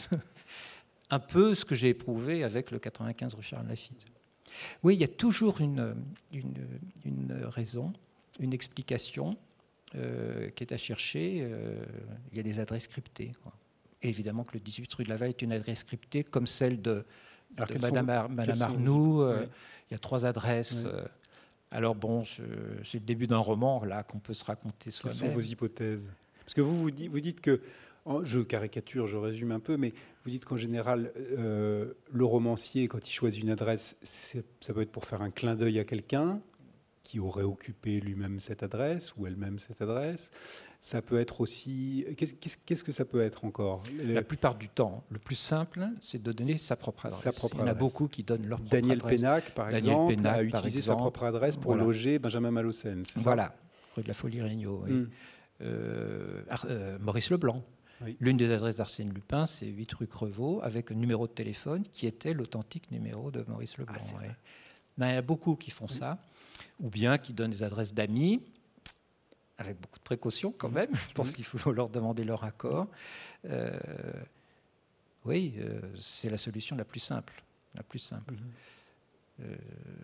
Un peu ce que j'ai éprouvé avec le quatre-vingt-quinze rue Charles Lafitte. Oui, il y a toujours une, une, une raison, une explication euh, qui est à chercher. Euh, il y a des adresses cryptées, quoi. Et évidemment que le dix-huit rue de Laval est une adresse cryptée, comme celle de, alors, de Madame, sont, Ar- Madame Arnoux. Euh, oui. Il y a trois adresses. Oui. Euh, alors bon, je, c'est le début d'un roman là qu'on peut se raconter soi-même.
Quelles sont vos hypothèses? Parce que vous, vous dites, vous dites que, je caricature, je résume un peu, mais vous dites qu'en général, euh, le romancier, quand il choisit une adresse, c'est, ça peut être pour faire un clin d'œil à quelqu'un qui aurait occupé lui-même cette adresse ou elle-même cette adresse. Ça peut être aussi... Qu'est-ce, qu'est-ce, qu'est-ce que ça peut être encore?
La plupart du temps, le plus simple, c'est de donner sa propre adresse.
Sa propre
Il y en a
adresse.
beaucoup qui donnent leur propre
Daniel
adresse.
Pénac, par
Daniel
exemple,
Pénac,
a utilisé
exemple.
sa propre adresse pour
Voilà.
loger Benjamin Malocène, c'est ça?
Voilà, rue de la Folie-Regnault. Oui. Mm. Euh, euh, Maurice Leblanc. Oui. L'une des adresses d'Arsène Lupin, c'est huit rue Crevaux, avec un numéro de téléphone qui était l'authentique numéro de Maurice Leblanc. Ah, ouais. Ben, il y a beaucoup qui font oui. ça, ou bien qui donnent des adresses d'amis, avec beaucoup de précautions quand même. Je pense oui. qu'il faut leur demander leur accord. Euh, oui, euh, c'est la solution la plus simple. La plus simple. Mm-hmm. euh,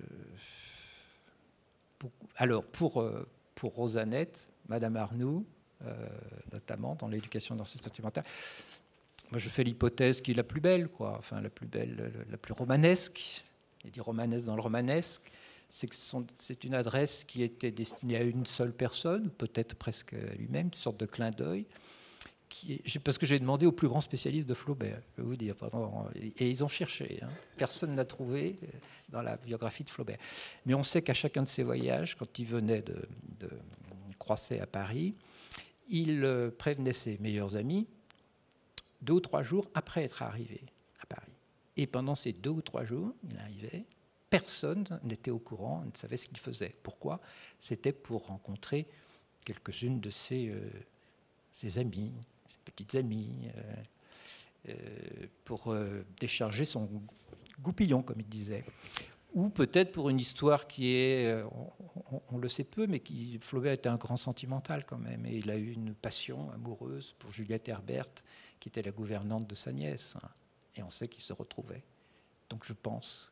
pour, alors, pour, euh, pour Rosanette, Madame Arnoux, Euh, notamment dans l'éducation d'enseignement sentimental. Moi, je fais l'hypothèse qui est la plus belle, quoi. Enfin, la plus belle, la plus romanesque. Il dit romanesque dans le romanesque. C'est que son, c'est une adresse qui était destinée à une seule personne, peut-être presque à lui-même, une sorte de clin d'œil. Qui est, parce que j'ai demandé aux plus grands spécialistes de Flaubert, je vais vous dire, et ils ont cherché. Hein. Personne n'a trouvé dans la biographie de Flaubert. Mais on sait qu'à chacun de ses voyages, quand il venait de, de croisser à Paris, il prévenait ses meilleurs amis deux ou trois jours après être arrivé à Paris. Et pendant ces deux ou trois jours, il arrivait, personne n'était au courant, ne savait ce qu'il faisait. Pourquoi ? C'était pour rencontrer quelques-unes de ses, euh, ses amies, ses petites amies, euh, euh, pour euh, décharger son goupillon, comme il disait. Ou peut-être pour une histoire qui est, on, on le sait peu, mais qui, Flaubert était un grand sentimental quand même, et il a eu une passion amoureuse pour Juliette Herbert, qui était la gouvernante de sa nièce, hein, et on sait qu'ils se retrouvaient. Donc je pense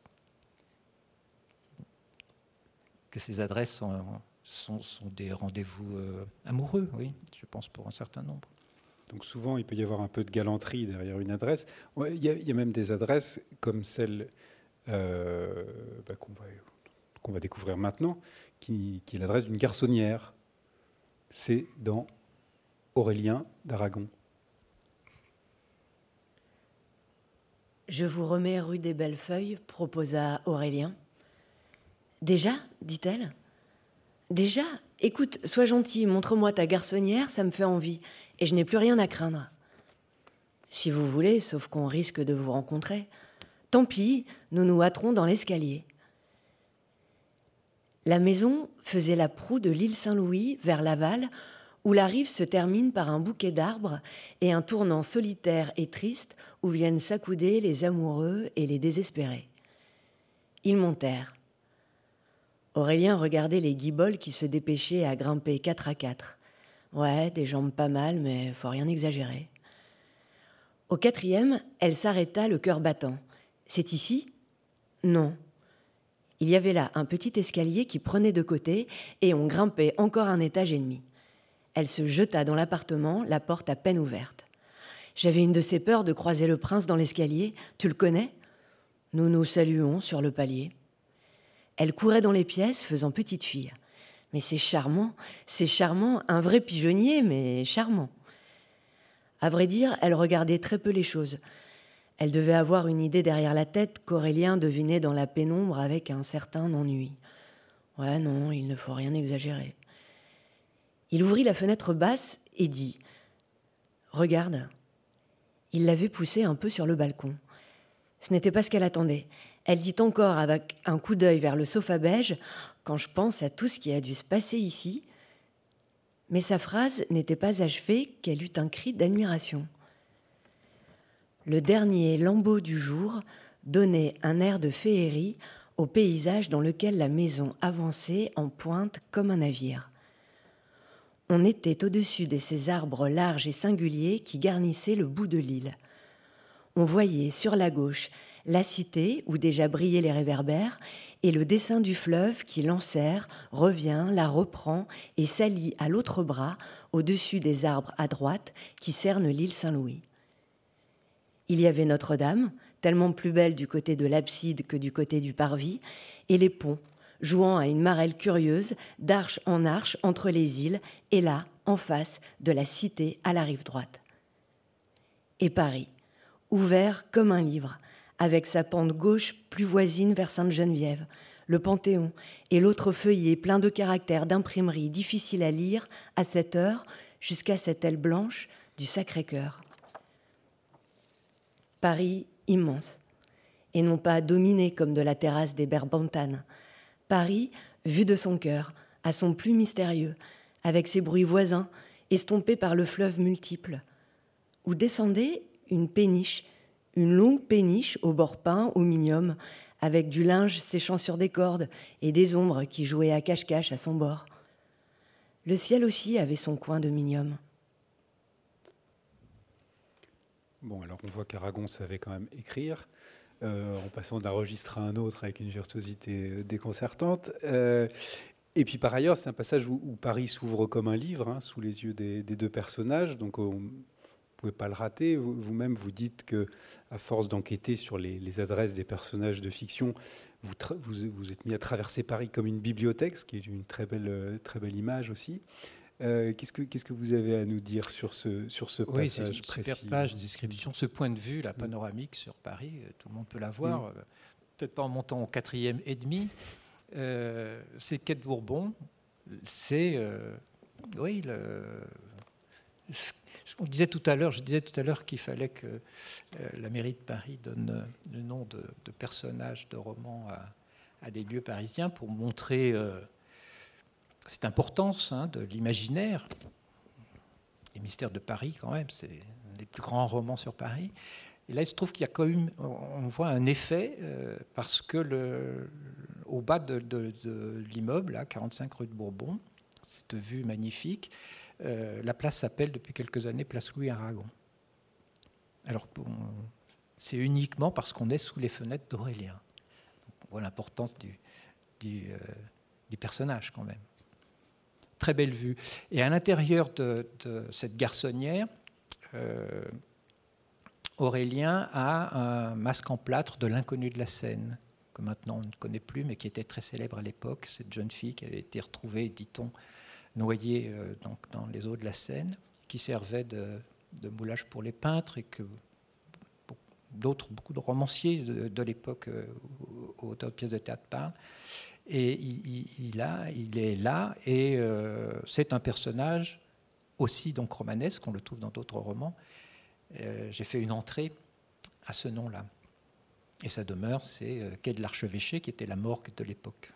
que ces adresses sont, sont, sont des rendez-vous euh, amoureux, oui, je pense pour un certain nombre.
Donc souvent, il peut y avoir un peu de galanterie derrière une adresse. Il y a, il y a même des adresses comme celle... Euh, bah, qu'on, va, qu'on va découvrir maintenant, qui, qui est l'adresse d'une garçonnière. C'est dans Aurélien d'Aragon.
Je vous remets rue des Bellefeuilles, proposa Aurélien. Déjà, dit-elle. Déjà, écoute, sois gentil, montre-moi ta garçonnière, ça me fait envie, et je n'ai plus rien à craindre. Si vous voulez, sauf qu'on risque de vous rencontrer. Tant pis, nous nous hâterons dans l'escalier. La maison faisait la proue de l'île Saint-Louis vers l'aval, où la rive se termine par un bouquet d'arbres et un tournant solitaire et triste où viennent s'accouder les amoureux et les désespérés. Ils montèrent. Aurélien regardait les guiboles qui se dépêchaient à grimper quatre à quatre. Ouais, des jambes pas mal, mais faut rien exagérer. Au quatrième, elle s'arrêta, le cœur battant. C'est ici ? Non. Il y avait là un petit escalier qui prenait de côté et on grimpait encore un étage et demi. Elle se jeta dans l'appartement, la porte à peine ouverte. J'avais une de ces peurs de croiser le prince dans l'escalier. Tu le connais ? Nous nous saluons sur le palier. Elle courait dans les pièces, faisant petite fille. Mais c'est charmant, c'est charmant, un vrai pigeonnier, mais charmant. À vrai dire, elle regardait très peu les choses. Elle devait avoir une idée derrière la tête qu'Aurélien devinait dans la pénombre avec un certain ennui. Ouais, non, il ne faut rien exagérer. Il ouvrit la fenêtre basse et dit « Regarde ». Il l'avait poussée un peu sur le balcon. Ce n'était pas ce qu'elle attendait. Elle dit encore avec un coup d'œil vers le sofa beige « Quand je pense à tout ce qui a dû se passer ici », mais sa phrase n'était pas achevée qu'elle eut un cri d'admiration. Le dernier lambeau du jour donnait un air de féerie au paysage dans lequel la maison avançait en pointe comme un navire. On était au-dessus de ces arbres larges et singuliers qui garnissaient le bout de l'île. On voyait sur la gauche la cité où déjà brillaient les réverbères et le dessin du fleuve qui l'enserre, revient, la reprend et s'allie à l'autre bras au-dessus des arbres à droite qui cernent l'île Saint-Louis. Il y avait Notre-Dame, tellement plus belle du côté de l'abside que du côté du parvis, et les ponts, jouant à une marelle curieuse, d'arche en arche entre les îles, et là, en face de la cité à la rive droite. Et Paris, ouvert comme un livre, avec sa pente gauche plus voisine vers Sainte-Geneviève, le Panthéon, et l'autre feuillet plein de caractères d'imprimerie difficiles à lire à cette heure, jusqu'à cette aile blanche du Sacré-Cœur. Paris immense, et non pas dominé comme de la terrasse des Berbantanes. Paris vu de son cœur, à son plus mystérieux, avec ses bruits voisins, estompés par le fleuve multiple. où descendait une péniche, une longue péniche au bord peint au minium, avec du linge séchant sur des cordes et des ombres qui jouaient à cache-cache à son bord. Le ciel aussi avait son coin de minium.
Bon, alors on voit qu'Aragon savait quand même écrire, euh, en passant d'un registre à un autre avec une virtuosité déconcertante. Euh, et puis par ailleurs, c'est un passage où, où Paris s'ouvre comme un livre, hein, sous les yeux des, des deux personnages, donc on ne pouvez pas le rater. Vous-même, vous dites que, à force d'enquêter sur les, les adresses des personnages de fiction, vous, vous vous êtes mis à traverser Paris comme une bibliothèque, ce qui est une très belle, très belle image aussi. Euh, qu'est-ce, que, qu'est-ce que vous avez à nous dire sur ce, sur ce
oui,
passage
c'est une
précis?
Super page de description. Ce point de vue, la panoramique sur Paris, tout le monde peut la voir. Mmh. Peut-être pas en montant au quatrième et demi. Euh, c'est quai de Bourbon. C'est, euh, oui, le, ce qu'on disait tout à l'heure. Je disais tout à l'heure qu'il fallait que euh, la mairie de Paris donne le nom de, de personnages de romans à, à des lieux parisiens pour montrer euh, cette importance hein, de l'imaginaire. Les mystères de Paris, quand même, c'est les plus grands romans sur Paris. Et là, il se trouve qu'il y a quand même, on voit un effet, euh, parce que le, au bas de, de, de l'immeuble, là, quarante-cinq rue de Bourbon, cette vue magnifique, euh, la place s'appelle depuis quelques années Place Louis Aragon. Alors, bon, c'est uniquement parce qu'on est sous les fenêtres d'Aurélien. On voit l'importance du, du, euh, du personnage, quand même. Très belle vue. Et à l'intérieur de, de cette garçonnière, euh, Aurélien a un masque en plâtre de l'inconnu de la Seine, que maintenant on ne connaît plus, mais qui était très célèbre à l'époque. Cette jeune fille qui avait été retrouvée, dit-on, noyée euh, donc dans les eaux de la Seine, qui servait de, de moulage pour les peintres et que d'autres, beaucoup de romanciers de, de l'époque, euh, auteurs de pièces de théâtre parlent. Et il, il, a, il est là, et euh, c'est un personnage aussi donc romanesque, on le trouve dans d'autres romans. Euh, j'ai fait une entrée à ce nom-là. Et sa demeure, c'est euh, quai de l'Archevêché, qui était la morgue de l'époque.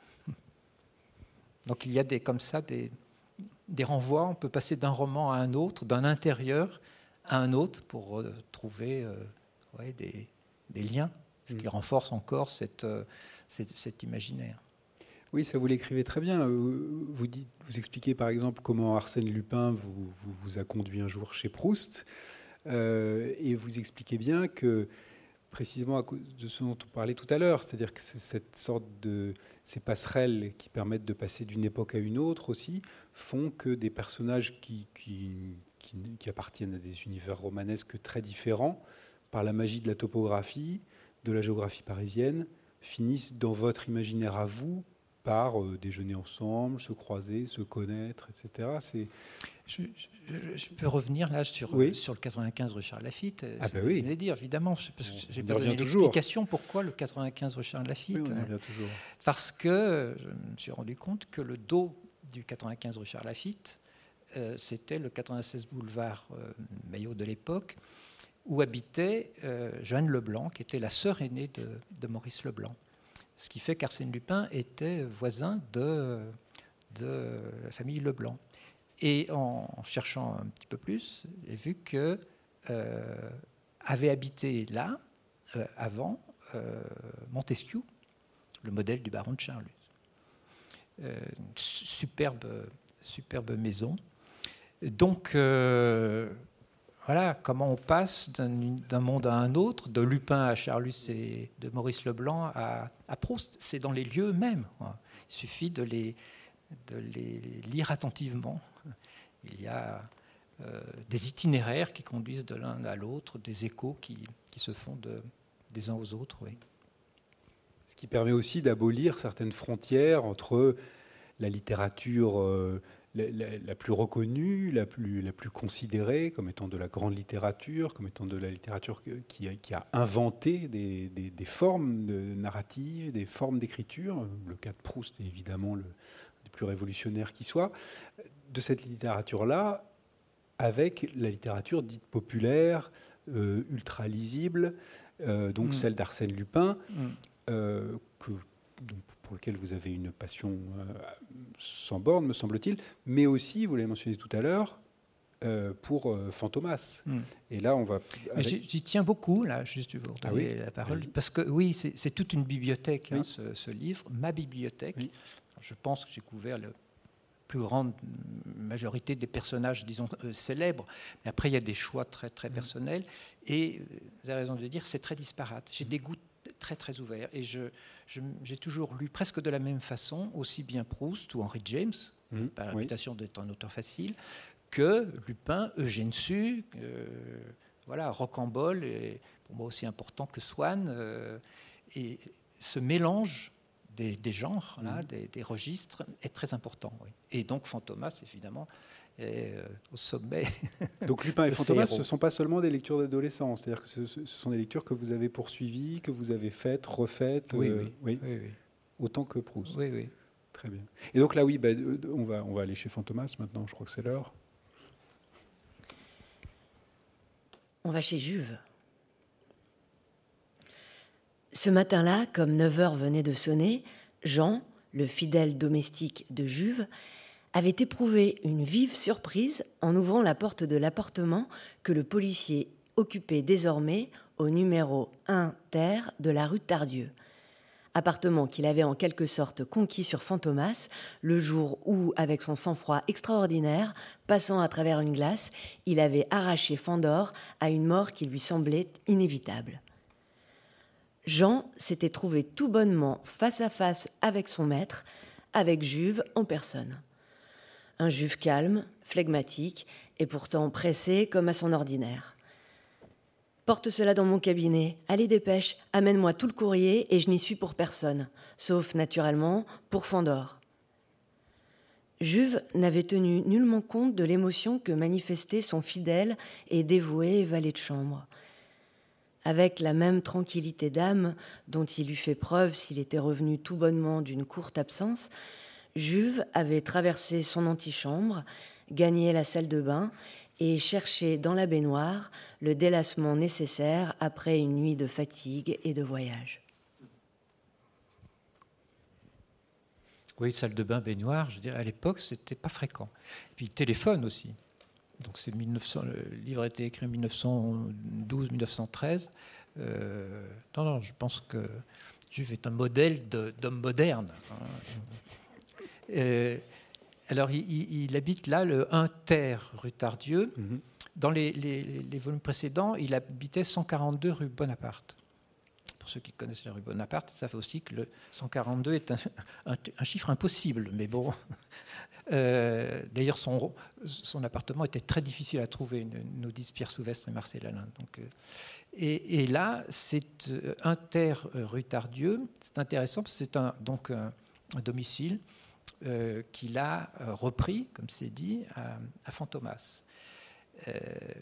Donc il y a des, comme ça des, des renvois, on peut passer d'un roman à un autre, d'un intérieur à un autre, pour euh, trouver euh, ouais, des, des liens, ce qui mmh. renforce encore cette, euh, cette, cet imaginaire.
Oui, ça vous l'écrivez très bien. Vous, dites, vous expliquez par exemple comment Arsène Lupin vous, vous, vous a conduit un jour chez Proust, euh, et vous expliquez bien que, précisément à cause de ce dont on parlait tout à l'heure, c'est-à-dire que c'est cette sorte de ces passerelles qui permettent de passer d'une époque à une autre aussi, font que des personnages qui, qui, qui, qui appartiennent à des univers romanesques très différents, par la magie de la topographie, de la géographie parisienne, finissent dans votre imaginaire à vous par euh, déjeuner ensemble, se croiser, se connaître, et cetera. C'est...
Je, je, je peux revenir là sur, oui. sur le quatre-vingt-quinze rue Charles Lafitte.
Ah ben oui.
Je voulais dire, évidemment, parce que j'ai pas
donné
l'explication pourquoi le quatre-vingt-quinze rue Charles Lafitte.
Oui, on en revient toujours.
Parce que je me suis rendu compte que le dos du quatre-vingt-quinze rue Charles Lafitte, euh, c'était le quatre-vingt-seize boulevard euh, Maillot de l'époque, où habitait euh, Joanne Leblanc, qui était la sœur aînée de, de Maurice Leblanc. Ce qui fait qu'Arsène Lupin était voisin de, de la famille Leblanc. Et en cherchant un petit peu plus, j'ai vu que euh, avait habité là, euh, avant, euh, Montesquieu, le modèle du baron de Charlus. Euh, une superbe, superbe maison. Donc, euh, voilà comment on passe d'un, d'un monde à un autre, de Lupin à Charlus et de Maurice Leblanc à, à Proust. C'est dans les lieux mêmes. Il suffit de les, de les lire attentivement. Il y a euh, des itinéraires qui conduisent de l'un à l'autre, des échos qui, qui se font de, des uns aux autres. Oui.
Ce qui permet aussi d'abolir certaines frontières entre la littérature euh, la, la, la plus reconnue, la plus, la plus considérée comme étant de la grande littérature, comme étant de la littérature qui a, qui a inventé des, des, des formes de narratives, des formes d'écriture. Le cas de Proust est évidemment le, le plus révolutionnaire qui soit. De cette littérature-là, avec la littérature dite populaire, euh, ultra lisible, euh, donc mmh. celle d'Arsène Lupin, mmh. euh, que, donc, pour lequel vous avez une passion euh, sans borne, me semble-t-il, mais aussi, vous l'avez mentionné tout à l'heure, euh, pour euh, Fantomas.
Mm.
Et là, on va... Avec...
J'y, j'y tiens beaucoup, là, juste vous redonner
ah oui,
la parole,
vas-y.
parce que oui, c'est, c'est toute une bibliothèque,
oui.
hein, ce, ce livre, ma bibliothèque.
Oui.
Je pense que j'ai couvert la plus grande majorité des personnages, disons, euh, célèbres. Mais après, il y a des choix très, très personnels. Et vous avez raison de le dire, c'est très disparate. J'ai des goûts très, très ouverts. Et je, je, j'ai toujours lu presque de la même façon, aussi bien Proust ou Henry James, mmh, par la réputation oui. d'être un auteur facile, que Lupin, Eugène Sue, euh, voilà, Rocambole, est pour moi aussi important que Swann. Euh, et ce mélange des, des genres, là, mmh. des, des registres, est très important. Oui. Et donc Fantomas, évidemment, est euh, au sommet.
Donc Lupin et Fantomas, ce ne sont pas seulement des lectures d'adolescents, c'est-à-dire que ce, ce sont des lectures que vous avez poursuivies, que vous avez faites, refaites,
oui,
euh,
oui.
Oui,
oui, oui.
autant que Proust.
Oui, oui.
Très bien. Et donc là, oui, bah, on, va, on va aller chez Fantomas maintenant, je crois que c'est l'heure.
On va chez Juve. Ce matin-là, comme neuf heures venaient de sonner, Jean, le fidèle domestique de Juve, avait éprouvé une vive surprise en ouvrant la porte de l'appartement que le policier occupait désormais au numéro un terre de la rue Tardieu. Appartement qu'il avait en quelque sorte conquis sur Fantomas, le jour où, avec son sang-froid extraordinaire, passant à travers une glace, il avait arraché Fandor à une mort qui lui semblait inévitable. Jean s'était trouvé tout bonnement face à face avec son maître, avec Juve en personne. Un Juve calme, flegmatique et pourtant pressé comme à son ordinaire. « Porte cela dans mon cabinet, allez dépêche, amène-moi tout le courrier et je n'y suis pour personne, sauf naturellement pour Fandor. » Juve n'avait tenu nullement compte de l'émotion que manifestait son fidèle et dévoué valet de chambre. Avec la même tranquillité d'âme dont il eût fait preuve s'il était revenu tout bonnement d'une courte absence, Juve avait traversé son antichambre, gagné la salle de bain et cherché dans la baignoire le délassement nécessaire après une nuit de fatigue et de voyage.
Oui, salle de bain, baignoire, je veux dire, à l'époque, c'était pas fréquent. Et puis, téléphone aussi. Donc, c'est mille neuf cents, le livre a été écrit en mille neuf cent douze mille neuf cent treize. Euh, non, non, je pense que Juve est un modèle de, d'homme moderne. Euh, alors, il, il habite là, le un terre rue Tardieu. Mm-hmm. Dans les, les, les volumes précédents, il habitait cent quarante-deux rue Bonaparte. Pour ceux qui connaissent la rue Bonaparte, ça fait aussi que le cent quarante-deux est un, un, un chiffre impossible, mais bon. Euh, d'ailleurs, son, son appartement était très difficile à trouver, nous disent Pierre Souvestre et Marcel Alain. Donc, euh, et, et là, c'est euh, un terre rue Tardieu. C'est intéressant parce que c'est un, donc un, un domicile euh, qu'il a euh, repris, comme c'est dit, à, à Fantomas. Euh,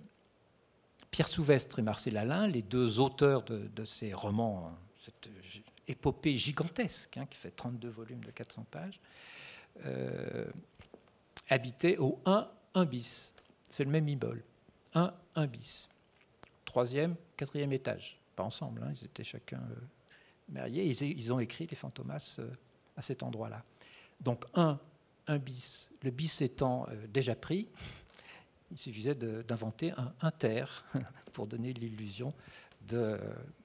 Pierre Souvestre et Marcel Alain, les deux auteurs de, de ces romans, cette épopée gigantesque, hein, qui fait trente-deux volumes de quatre cents pages, euh, habitaient au un un bis. C'est le même immeuble. un un bis. Troisième, quatrième étage. Pas ensemble, hein, ils étaient chacun euh, mariés. Ils, ils ont écrit les Fantomas euh, à cet endroit-là. Donc un un bis. Le bis étant euh, déjà pris, il suffisait de, d'inventer un inter pour donner l'illusion de,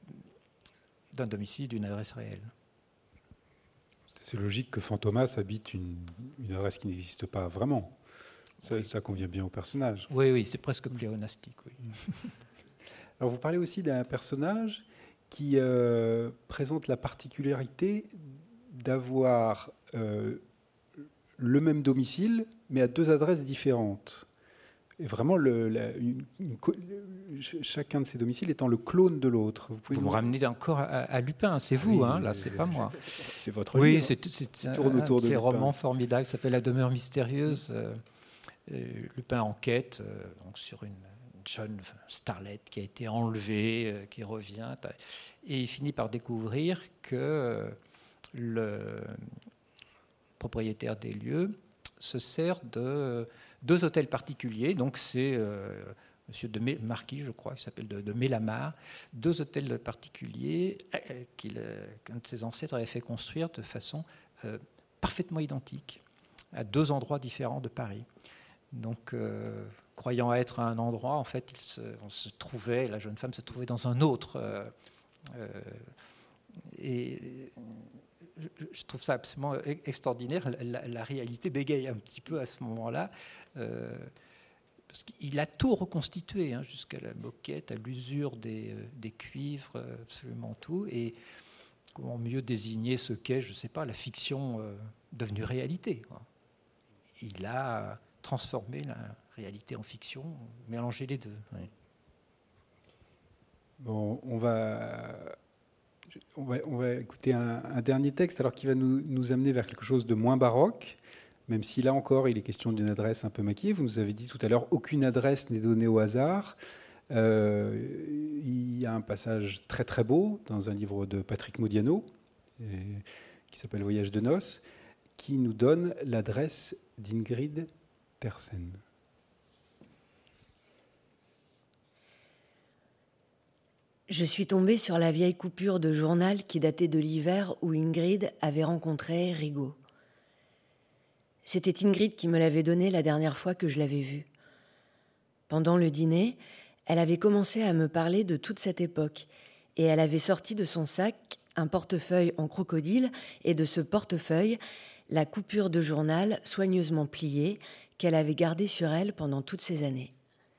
d'un domicile, d'une adresse réelle.
C'est logique que Fantomas habite une, une adresse qui n'existe pas vraiment. Ça, oui. Ça convient bien au personnage.
Oui, oui, c'est presque pléonastique. Oui.
Alors vous parlez aussi d'un personnage qui euh, présente la particularité d'avoir euh, le même domicile, mais à deux adresses différentes. Et vraiment, le, la, une, une, chacun de ces domiciles étant le clone de l'autre.
Vous, vous me nous... ramenez encore à, à Lupin, c'est vous, oui, hein, là, c'est, c'est pas moi.
C'est votre
oui,
livre.
Oui, c'est, c'est, c'est
tourne autour de
ces
Lupin.
romans formidables, ça s'appelle La demeure mystérieuse. Euh, euh, Lupin enquête euh, donc sur une, une jeune starlette qui a été enlevée, euh, qui revient, et il finit par découvrir que euh, le propriétaire des lieux se sert de deux hôtels particuliers, donc c'est euh, Monsieur de Mé- Marquis, je crois, il s'appelle de, de Mélamar, deux hôtels particuliers euh, qu'il, euh, qu'un de ses ancêtres avait fait construire de façon euh, parfaitement identique, à deux endroits différents de Paris. Donc, euh, croyant être à un endroit, en fait, il se, on se trouvait, la jeune femme se trouvait dans un autre. Euh, euh, et je, je trouve ça absolument extraordinaire. La, la réalité bégaye un petit peu à ce moment-là. Euh, Parce qu'il a tout reconstitué, hein, jusqu'à la moquette, à l'usure des, des cuivres, absolument tout. Et comment mieux désigner ce qu'est, je ne sais pas, la fiction euh, devenue réalité, quoi. Il a transformé la réalité en fiction, mélangé les deux. Oui.
Bon, on va, on va, on va écouter un, un dernier texte, alors qui va nous, nous amener vers quelque chose de moins baroque. Même si là encore, il est question d'une adresse un peu maquillée. Vous nous avez dit tout à l'heure, aucune adresse n'est donnée au hasard. Euh, il y a un passage très très beau dans un livre de Patrick Modiano, et, qui s'appelle Voyage de noces, qui nous donne l'adresse d'Ingrid Tersen.
Je suis tombée sur la vieille coupure de journal qui datait de l'hiver où Ingrid avait rencontré Rigaud. C'était Ingrid qui me l'avait donnée la dernière fois que je l'avais vue. Pendant le dîner, elle avait commencé à me parler de toute cette époque et elle avait sorti de son sac un portefeuille en crocodile et de ce portefeuille, la coupure de journal soigneusement pliée qu'elle avait gardée sur elle pendant toutes ces années.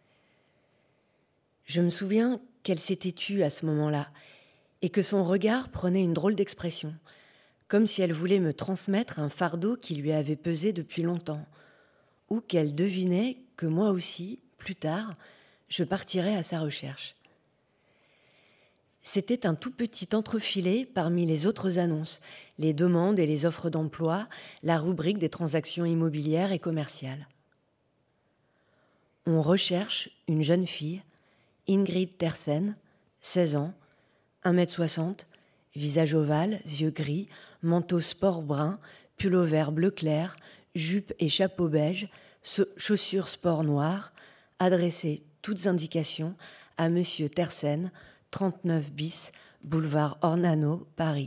Je me souviens qu'elle s'était tue à ce moment-là et que son regard prenait une drôle d'expression, comme si elle voulait me transmettre un fardeau qui lui avait pesé depuis longtemps, ou qu'elle devinait que moi aussi, plus tard, je partirais à sa recherche. C'était un tout petit entrefilet parmi les autres annonces, les demandes et les offres d'emploi, la rubrique des transactions immobilières et commerciales. On recherche une jeune fille, Ingrid Tersen, seize ans, un mètre soixante, visage ovale, yeux gris, manteau sport brun, pull-over bleu clair, jupe et chapeau beige, chaussures sport noir, adressé toutes indications à Monsieur Tersen, trente-neuf bis, boulevard Ornano, Paris.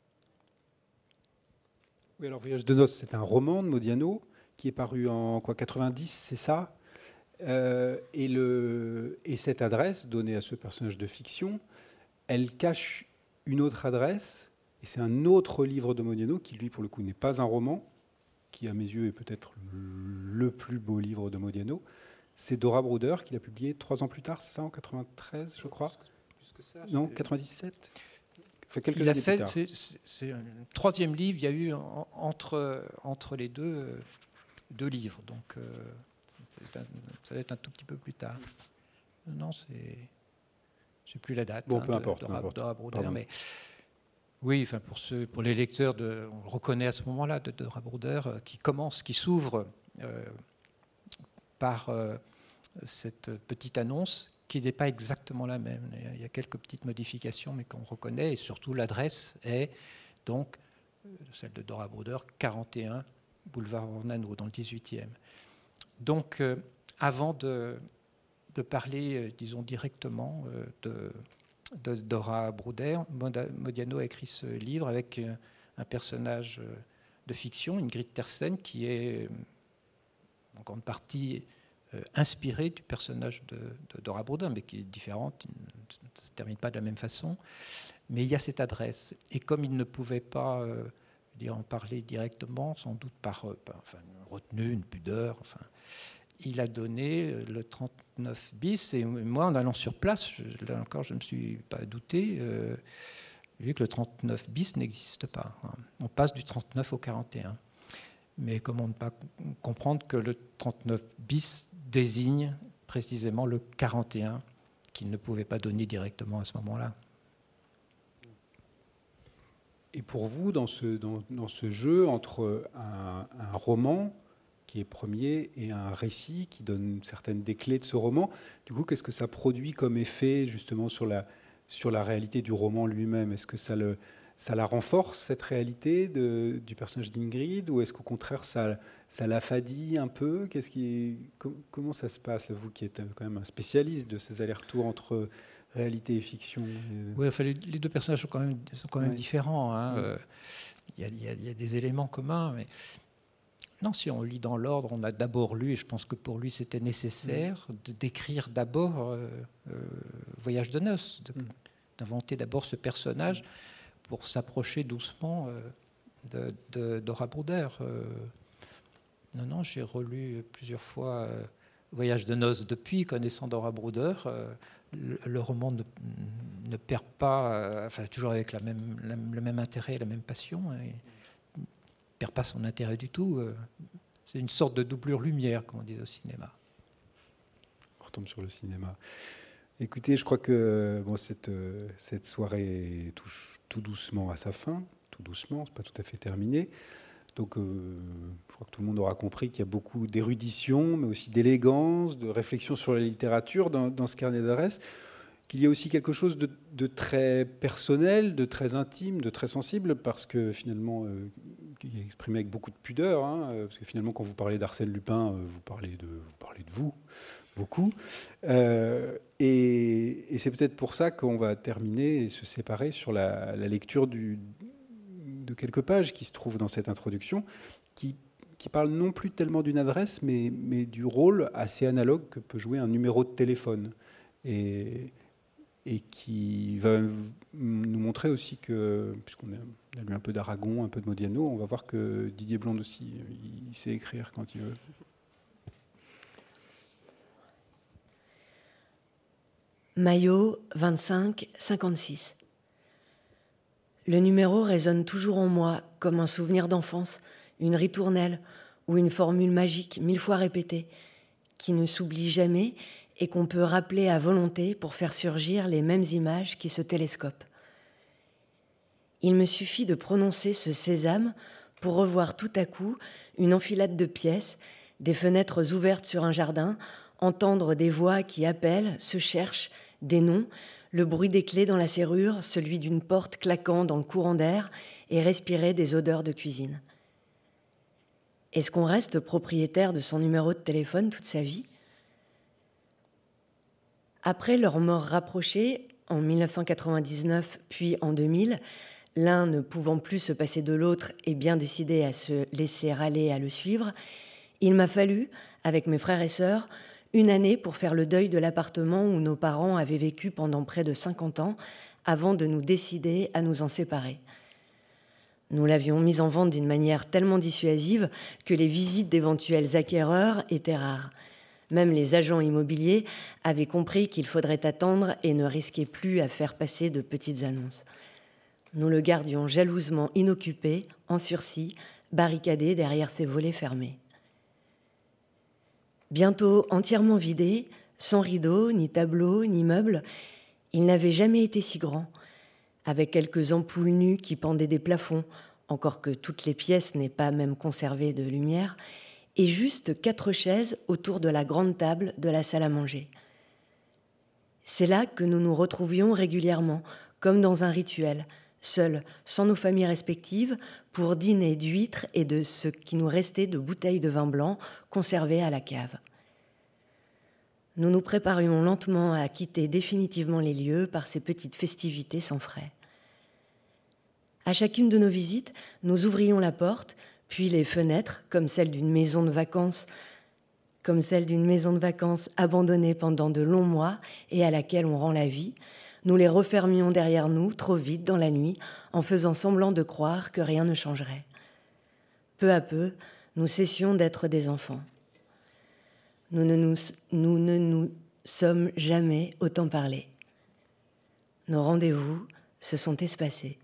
Oui, alors Voyage de noces, c'est un roman de Modiano qui est paru en quoi, quatre-vingt-dix, c'est ça, euh, et, le, et cette adresse donnée à ce personnage de fiction, elle cache une autre adresse, et c'est un autre livre de Modiano qui, lui, pour le coup, n'est pas un roman, qui, à mes yeux, est peut-être le plus beau livre de Modiano. C'est Dora Bruder qui l'a publié trois ans plus tard, c'est ça, en quatre-vingt-treize, je crois. Plus que ça, non, quatre-vingt-dix-sept. Enfin, quelques
il a
années
fait,
plus tard.
C'est, c'est un troisième livre. Il y a eu en, entre entre les deux euh, deux livres, donc euh, un, ça va être un tout petit peu plus tard. Non, c'est je sais plus la date.
Bon,
hein,
peu
de,
importe.
Dora,
peu importe.
Dora Bruder, mais oui, enfin pour ceux, pour les lecteurs, de, on le reconnaît à ce moment-là de Dora Bruder, euh, qui commence, qui s'ouvre euh, par euh, cette petite annonce qui n'est pas exactement la même. Il y a quelques petites modifications, mais qu'on reconnaît, et surtout l'adresse est donc celle de Dora Bruder, quarante et un boulevard Ornano, dans le dix-huitième. Donc, euh, avant de, de parler, euh, disons, directement euh, de, de Dora Bruder, Modiano a écrit ce livre avec euh, un personnage euh, de fiction, Ingrid Tersen, qui est euh, en grande partie Euh, inspiré du personnage de, de Dora Bruder, mais qui est différente, ça ne se termine pas de la même façon. Mais il y a cette adresse. Et comme il ne pouvait pas euh, dire, en parler directement, sans doute par, euh, par enfin, une retenue, une pudeur, enfin, il a donné le trente-neuf bis. Et moi, en allant sur place, je, là encore, je ne me suis pas douté, euh, vu que le trente-neuf bis n'existe pas. Hein. On passe du trente-neuf au quarante et un. Mais comment ne pas comprendre que le trente-neuf bis désigne précisément le quarante et un qu'il ne pouvait pas donner directement à ce moment-là.
Et pour vous, dans ce, dans, dans ce jeu entre un, un roman qui est premier et un récit qui donne certaines des clés de ce roman, du coup, qu'est-ce que ça produit comme effet justement sur la, sur la réalité du roman lui-même ? Est-ce que ça le... Ça la renforce, cette réalité de, du personnage d'Ingrid, ou est-ce qu'au contraire, ça, ça l'affadit un peu ? Qu'est-ce qui, comment ça se passe, vous qui êtes quand même un spécialiste de ces allers-retours entre réalité et fiction ?
Oui, enfin, les, les deux personnages sont quand même, sont quand même
ouais.
différents. Hein.
Ouais.
Euh, il y a, il y a, il y a des éléments communs, mais Non, si on lit dans l'ordre, on a d'abord lu, et je pense que pour lui c'était nécessaire, mmh. de d'écrire d'abord euh, euh, Voyage de noces, de, mmh. d'inventer d'abord ce personnage pour s'approcher doucement euh, de, de, d'Ora Bruder. Euh, non, non, j'ai relu plusieurs fois euh, Voyage de noces depuis, connaissant Dora Bruder. Euh, le, le roman ne, ne perd pas, euh, enfin toujours avec la même, la, le même intérêt, la même passion. Et, ne perd pas son intérêt du tout. C'est une sorte de doublure lumière, comme on dit au cinéma.
On retombe sur le cinéma. Écoutez, je crois que bon, cette, cette soirée touche tout doucement à sa fin. Tout doucement, c'est pas tout à fait terminé. Donc, euh, je crois que tout le monde aura compris qu'il y a beaucoup d'érudition, mais aussi d'élégance, de réflexion sur la littérature dans, dans ce carnet d'adresses. Qu'il y a aussi quelque chose de, de très personnel, de très intime, de très sensible, parce que finalement, euh, qui est exprimé avec beaucoup de pudeur, hein, parce que finalement, quand vous parlez d'Arsène Lupin, euh, vous, parlez de, vous parlez de vous, beaucoup. Euh, et, et c'est peut-être pour ça qu'on va terminer et se séparer sur la, la lecture du, de quelques pages qui se trouvent dans cette introduction, qui, qui parlent non plus tellement d'une adresse, mais, mais du rôle assez analogue que peut jouer un numéro de téléphone. Et... et qui va nous montrer aussi que, puisqu'on a lu un peu d'Aragon, un peu de Modiano, on va voir que Didier Blonde aussi, il sait écrire quand il veut.
Maillot vingt-cinq cinquante-six. Le numéro résonne toujours en moi comme un souvenir d'enfance, une ritournelle ou une formule magique mille fois répétée, qui ne s'oublie jamais et qu'on peut rappeler à volonté pour faire surgir les mêmes images qui se télescopent. Il me suffit de prononcer ce sésame pour revoir tout à coup une enfilade de pièces, des fenêtres ouvertes sur un jardin, entendre des voix qui appellent, se cherchent, des noms, le bruit des clés dans la serrure, celui d'une porte claquant dans le courant d'air et respirer des odeurs de cuisine. Est-ce qu'on reste propriétaire de son numéro de téléphone toute sa vie ? Après leur mort rapprochée, en dix-neuf cent quatre-vingt-dix-neuf puis en deux mille, l'un ne pouvant plus se passer de l'autre et bien décidé à se laisser aller à le suivre, il m'a fallu, avec mes frères et sœurs, une année pour faire le deuil de l'appartement où nos parents avaient vécu pendant près de cinquante ans avant de nous décider à nous en séparer. Nous l'avions mis en vente d'une manière tellement dissuasive que les visites d'éventuels acquéreurs étaient rares. Même les agents immobiliers avaient compris qu'il faudrait attendre et ne risquaient plus à faire passer de petites annonces. Nous le gardions jalousement inoccupé, en sursis, barricadé derrière ses volets fermés. Bientôt entièrement vidé, sans rideaux, ni tableaux, ni meubles, il n'avait jamais été si grand, avec quelques ampoules nues qui pendaient des plafonds, encore que toutes les pièces n'aient pas même conservé de lumière, et juste quatre chaises autour de la grande table de la salle à manger. C'est là que nous nous retrouvions régulièrement, comme dans un rituel, seuls, sans nos familles respectives, pour dîner d'huîtres et de ce qui nous restait de bouteilles de vin blanc conservées à la cave. Nous nous préparions lentement à quitter définitivement les lieux par ces petites festivités sans frais. À chacune de nos visites, nous ouvrions la porte, puis les fenêtres, comme celle d'une maison de vacances, comme celle d'une maison de vacances abandonnée pendant de longs mois et à laquelle on rend la vie, nous les refermions derrière nous trop vite dans la nuit, en faisant semblant de croire que rien ne changerait. Peu à peu, nous cessions d'être des enfants. Nous ne nous, nous ne nous sommes jamais autant parlé. Nos rendez-vous se sont espacés.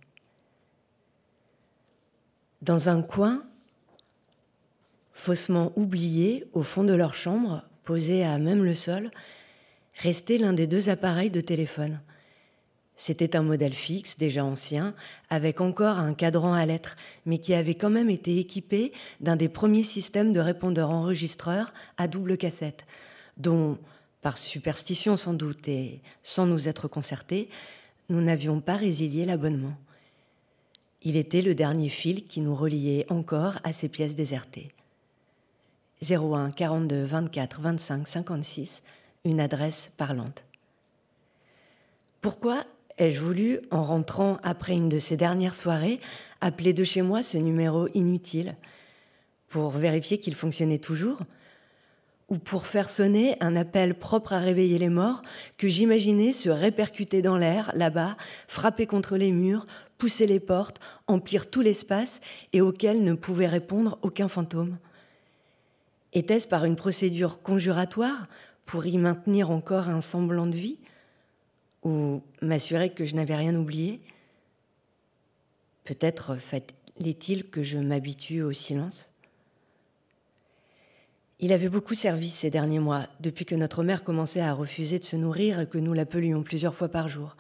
Dans un coin, faussement oublié, au fond de leur chambre, posé à même le sol, restait l'un des deux appareils de téléphone. C'était un modèle fixe, déjà ancien, avec encore un cadran à lettres, mais qui avait quand même été équipé d'un des premiers systèmes de répondeurs enregistreurs à double cassette, dont, par superstition sans doute et sans nous être concertés, nous n'avions pas résilié l'abonnement. Il était le dernier fil qui nous reliait encore à ces pièces désertées. zéro un quarante-deux vingt-quatre vingt-cinq cinquante-six, une adresse parlante. Pourquoi ai-je voulu, en rentrant après une de ces dernières soirées, appeler de chez moi ce numéro inutile ? pour vérifier qu'il fonctionnait toujours, ou pour faire sonner un appel propre à réveiller les morts que j'imaginais se répercuter dans l'air, là-bas, frapper contre les murs, pousser les portes, emplir tout l'espace et auquel ne pouvait répondre aucun fantôme. Était-ce par une procédure conjuratoire pour y maintenir encore un semblant de vie, ou m'assurer que je n'avais rien oublié? Peut-être fallait-il que je m'habitue au silence. Il avait beaucoup servi ces derniers mois, depuis que notre mère commençait à refuser de se nourrir et que nous l'appelions plusieurs fois par jour.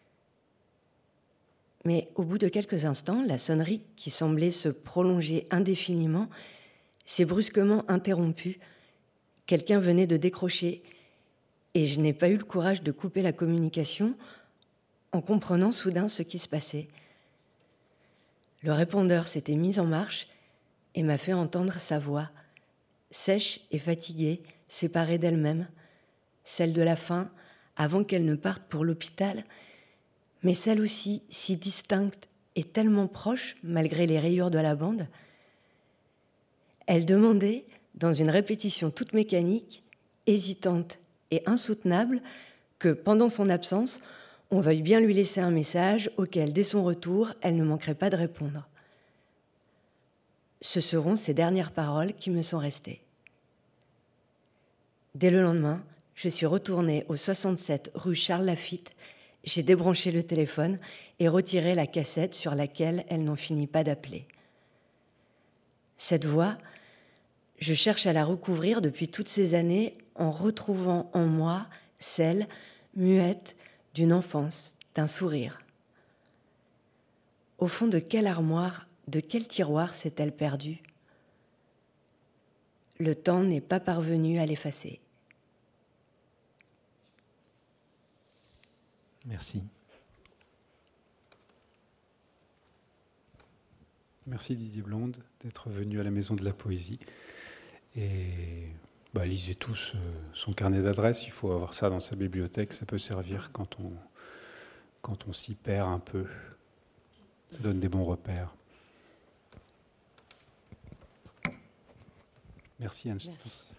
Mais au bout de quelques instants, la sonnerie qui semblait se prolonger indéfiniment s'est brusquement interrompue. Quelqu'un venait de décrocher et je n'ai pas eu le courage de couper la communication en comprenant soudain ce qui se passait. Le répondeur s'était mis en marche et m'a fait entendre sa voix, sèche et fatiguée, séparée d'elle-même, celle de la faim, avant qu'elle ne parte pour l'hôpital, mais celle aussi si distincte et tellement proche, malgré les rayures de la bande. Elle demandait, dans une répétition toute mécanique, hésitante et insoutenable, que pendant son absence, on veuille bien lui laisser un message auquel, dès son retour, elle ne manquerait pas de répondre. Ce seront ces dernières paroles qui me sont restées. Dès le lendemain, je suis retournée au soixante-sept rue Charles Lafitte, j'ai débranché le téléphone et retiré la cassette sur laquelle elle n'en finit pas d'appeler. Cette voix, je cherche à la recouvrir depuis toutes ces années en retrouvant en moi celle, muette, d'une enfance, d'un sourire. Au fond de quelle armoire, de quel tiroir s'est-elle perdue? Le temps n'est pas parvenu à l'effacer.
Merci.
Merci Didier Blonde d'être venu à la Maison de la Poésie. Et bah, lisez tous euh, son carnet d'adresses, il faut avoir ça dans sa bibliothèque, ça peut servir quand on, quand on s'y perd un peu. Ça donne des bons repères. Merci Anne.
Merci.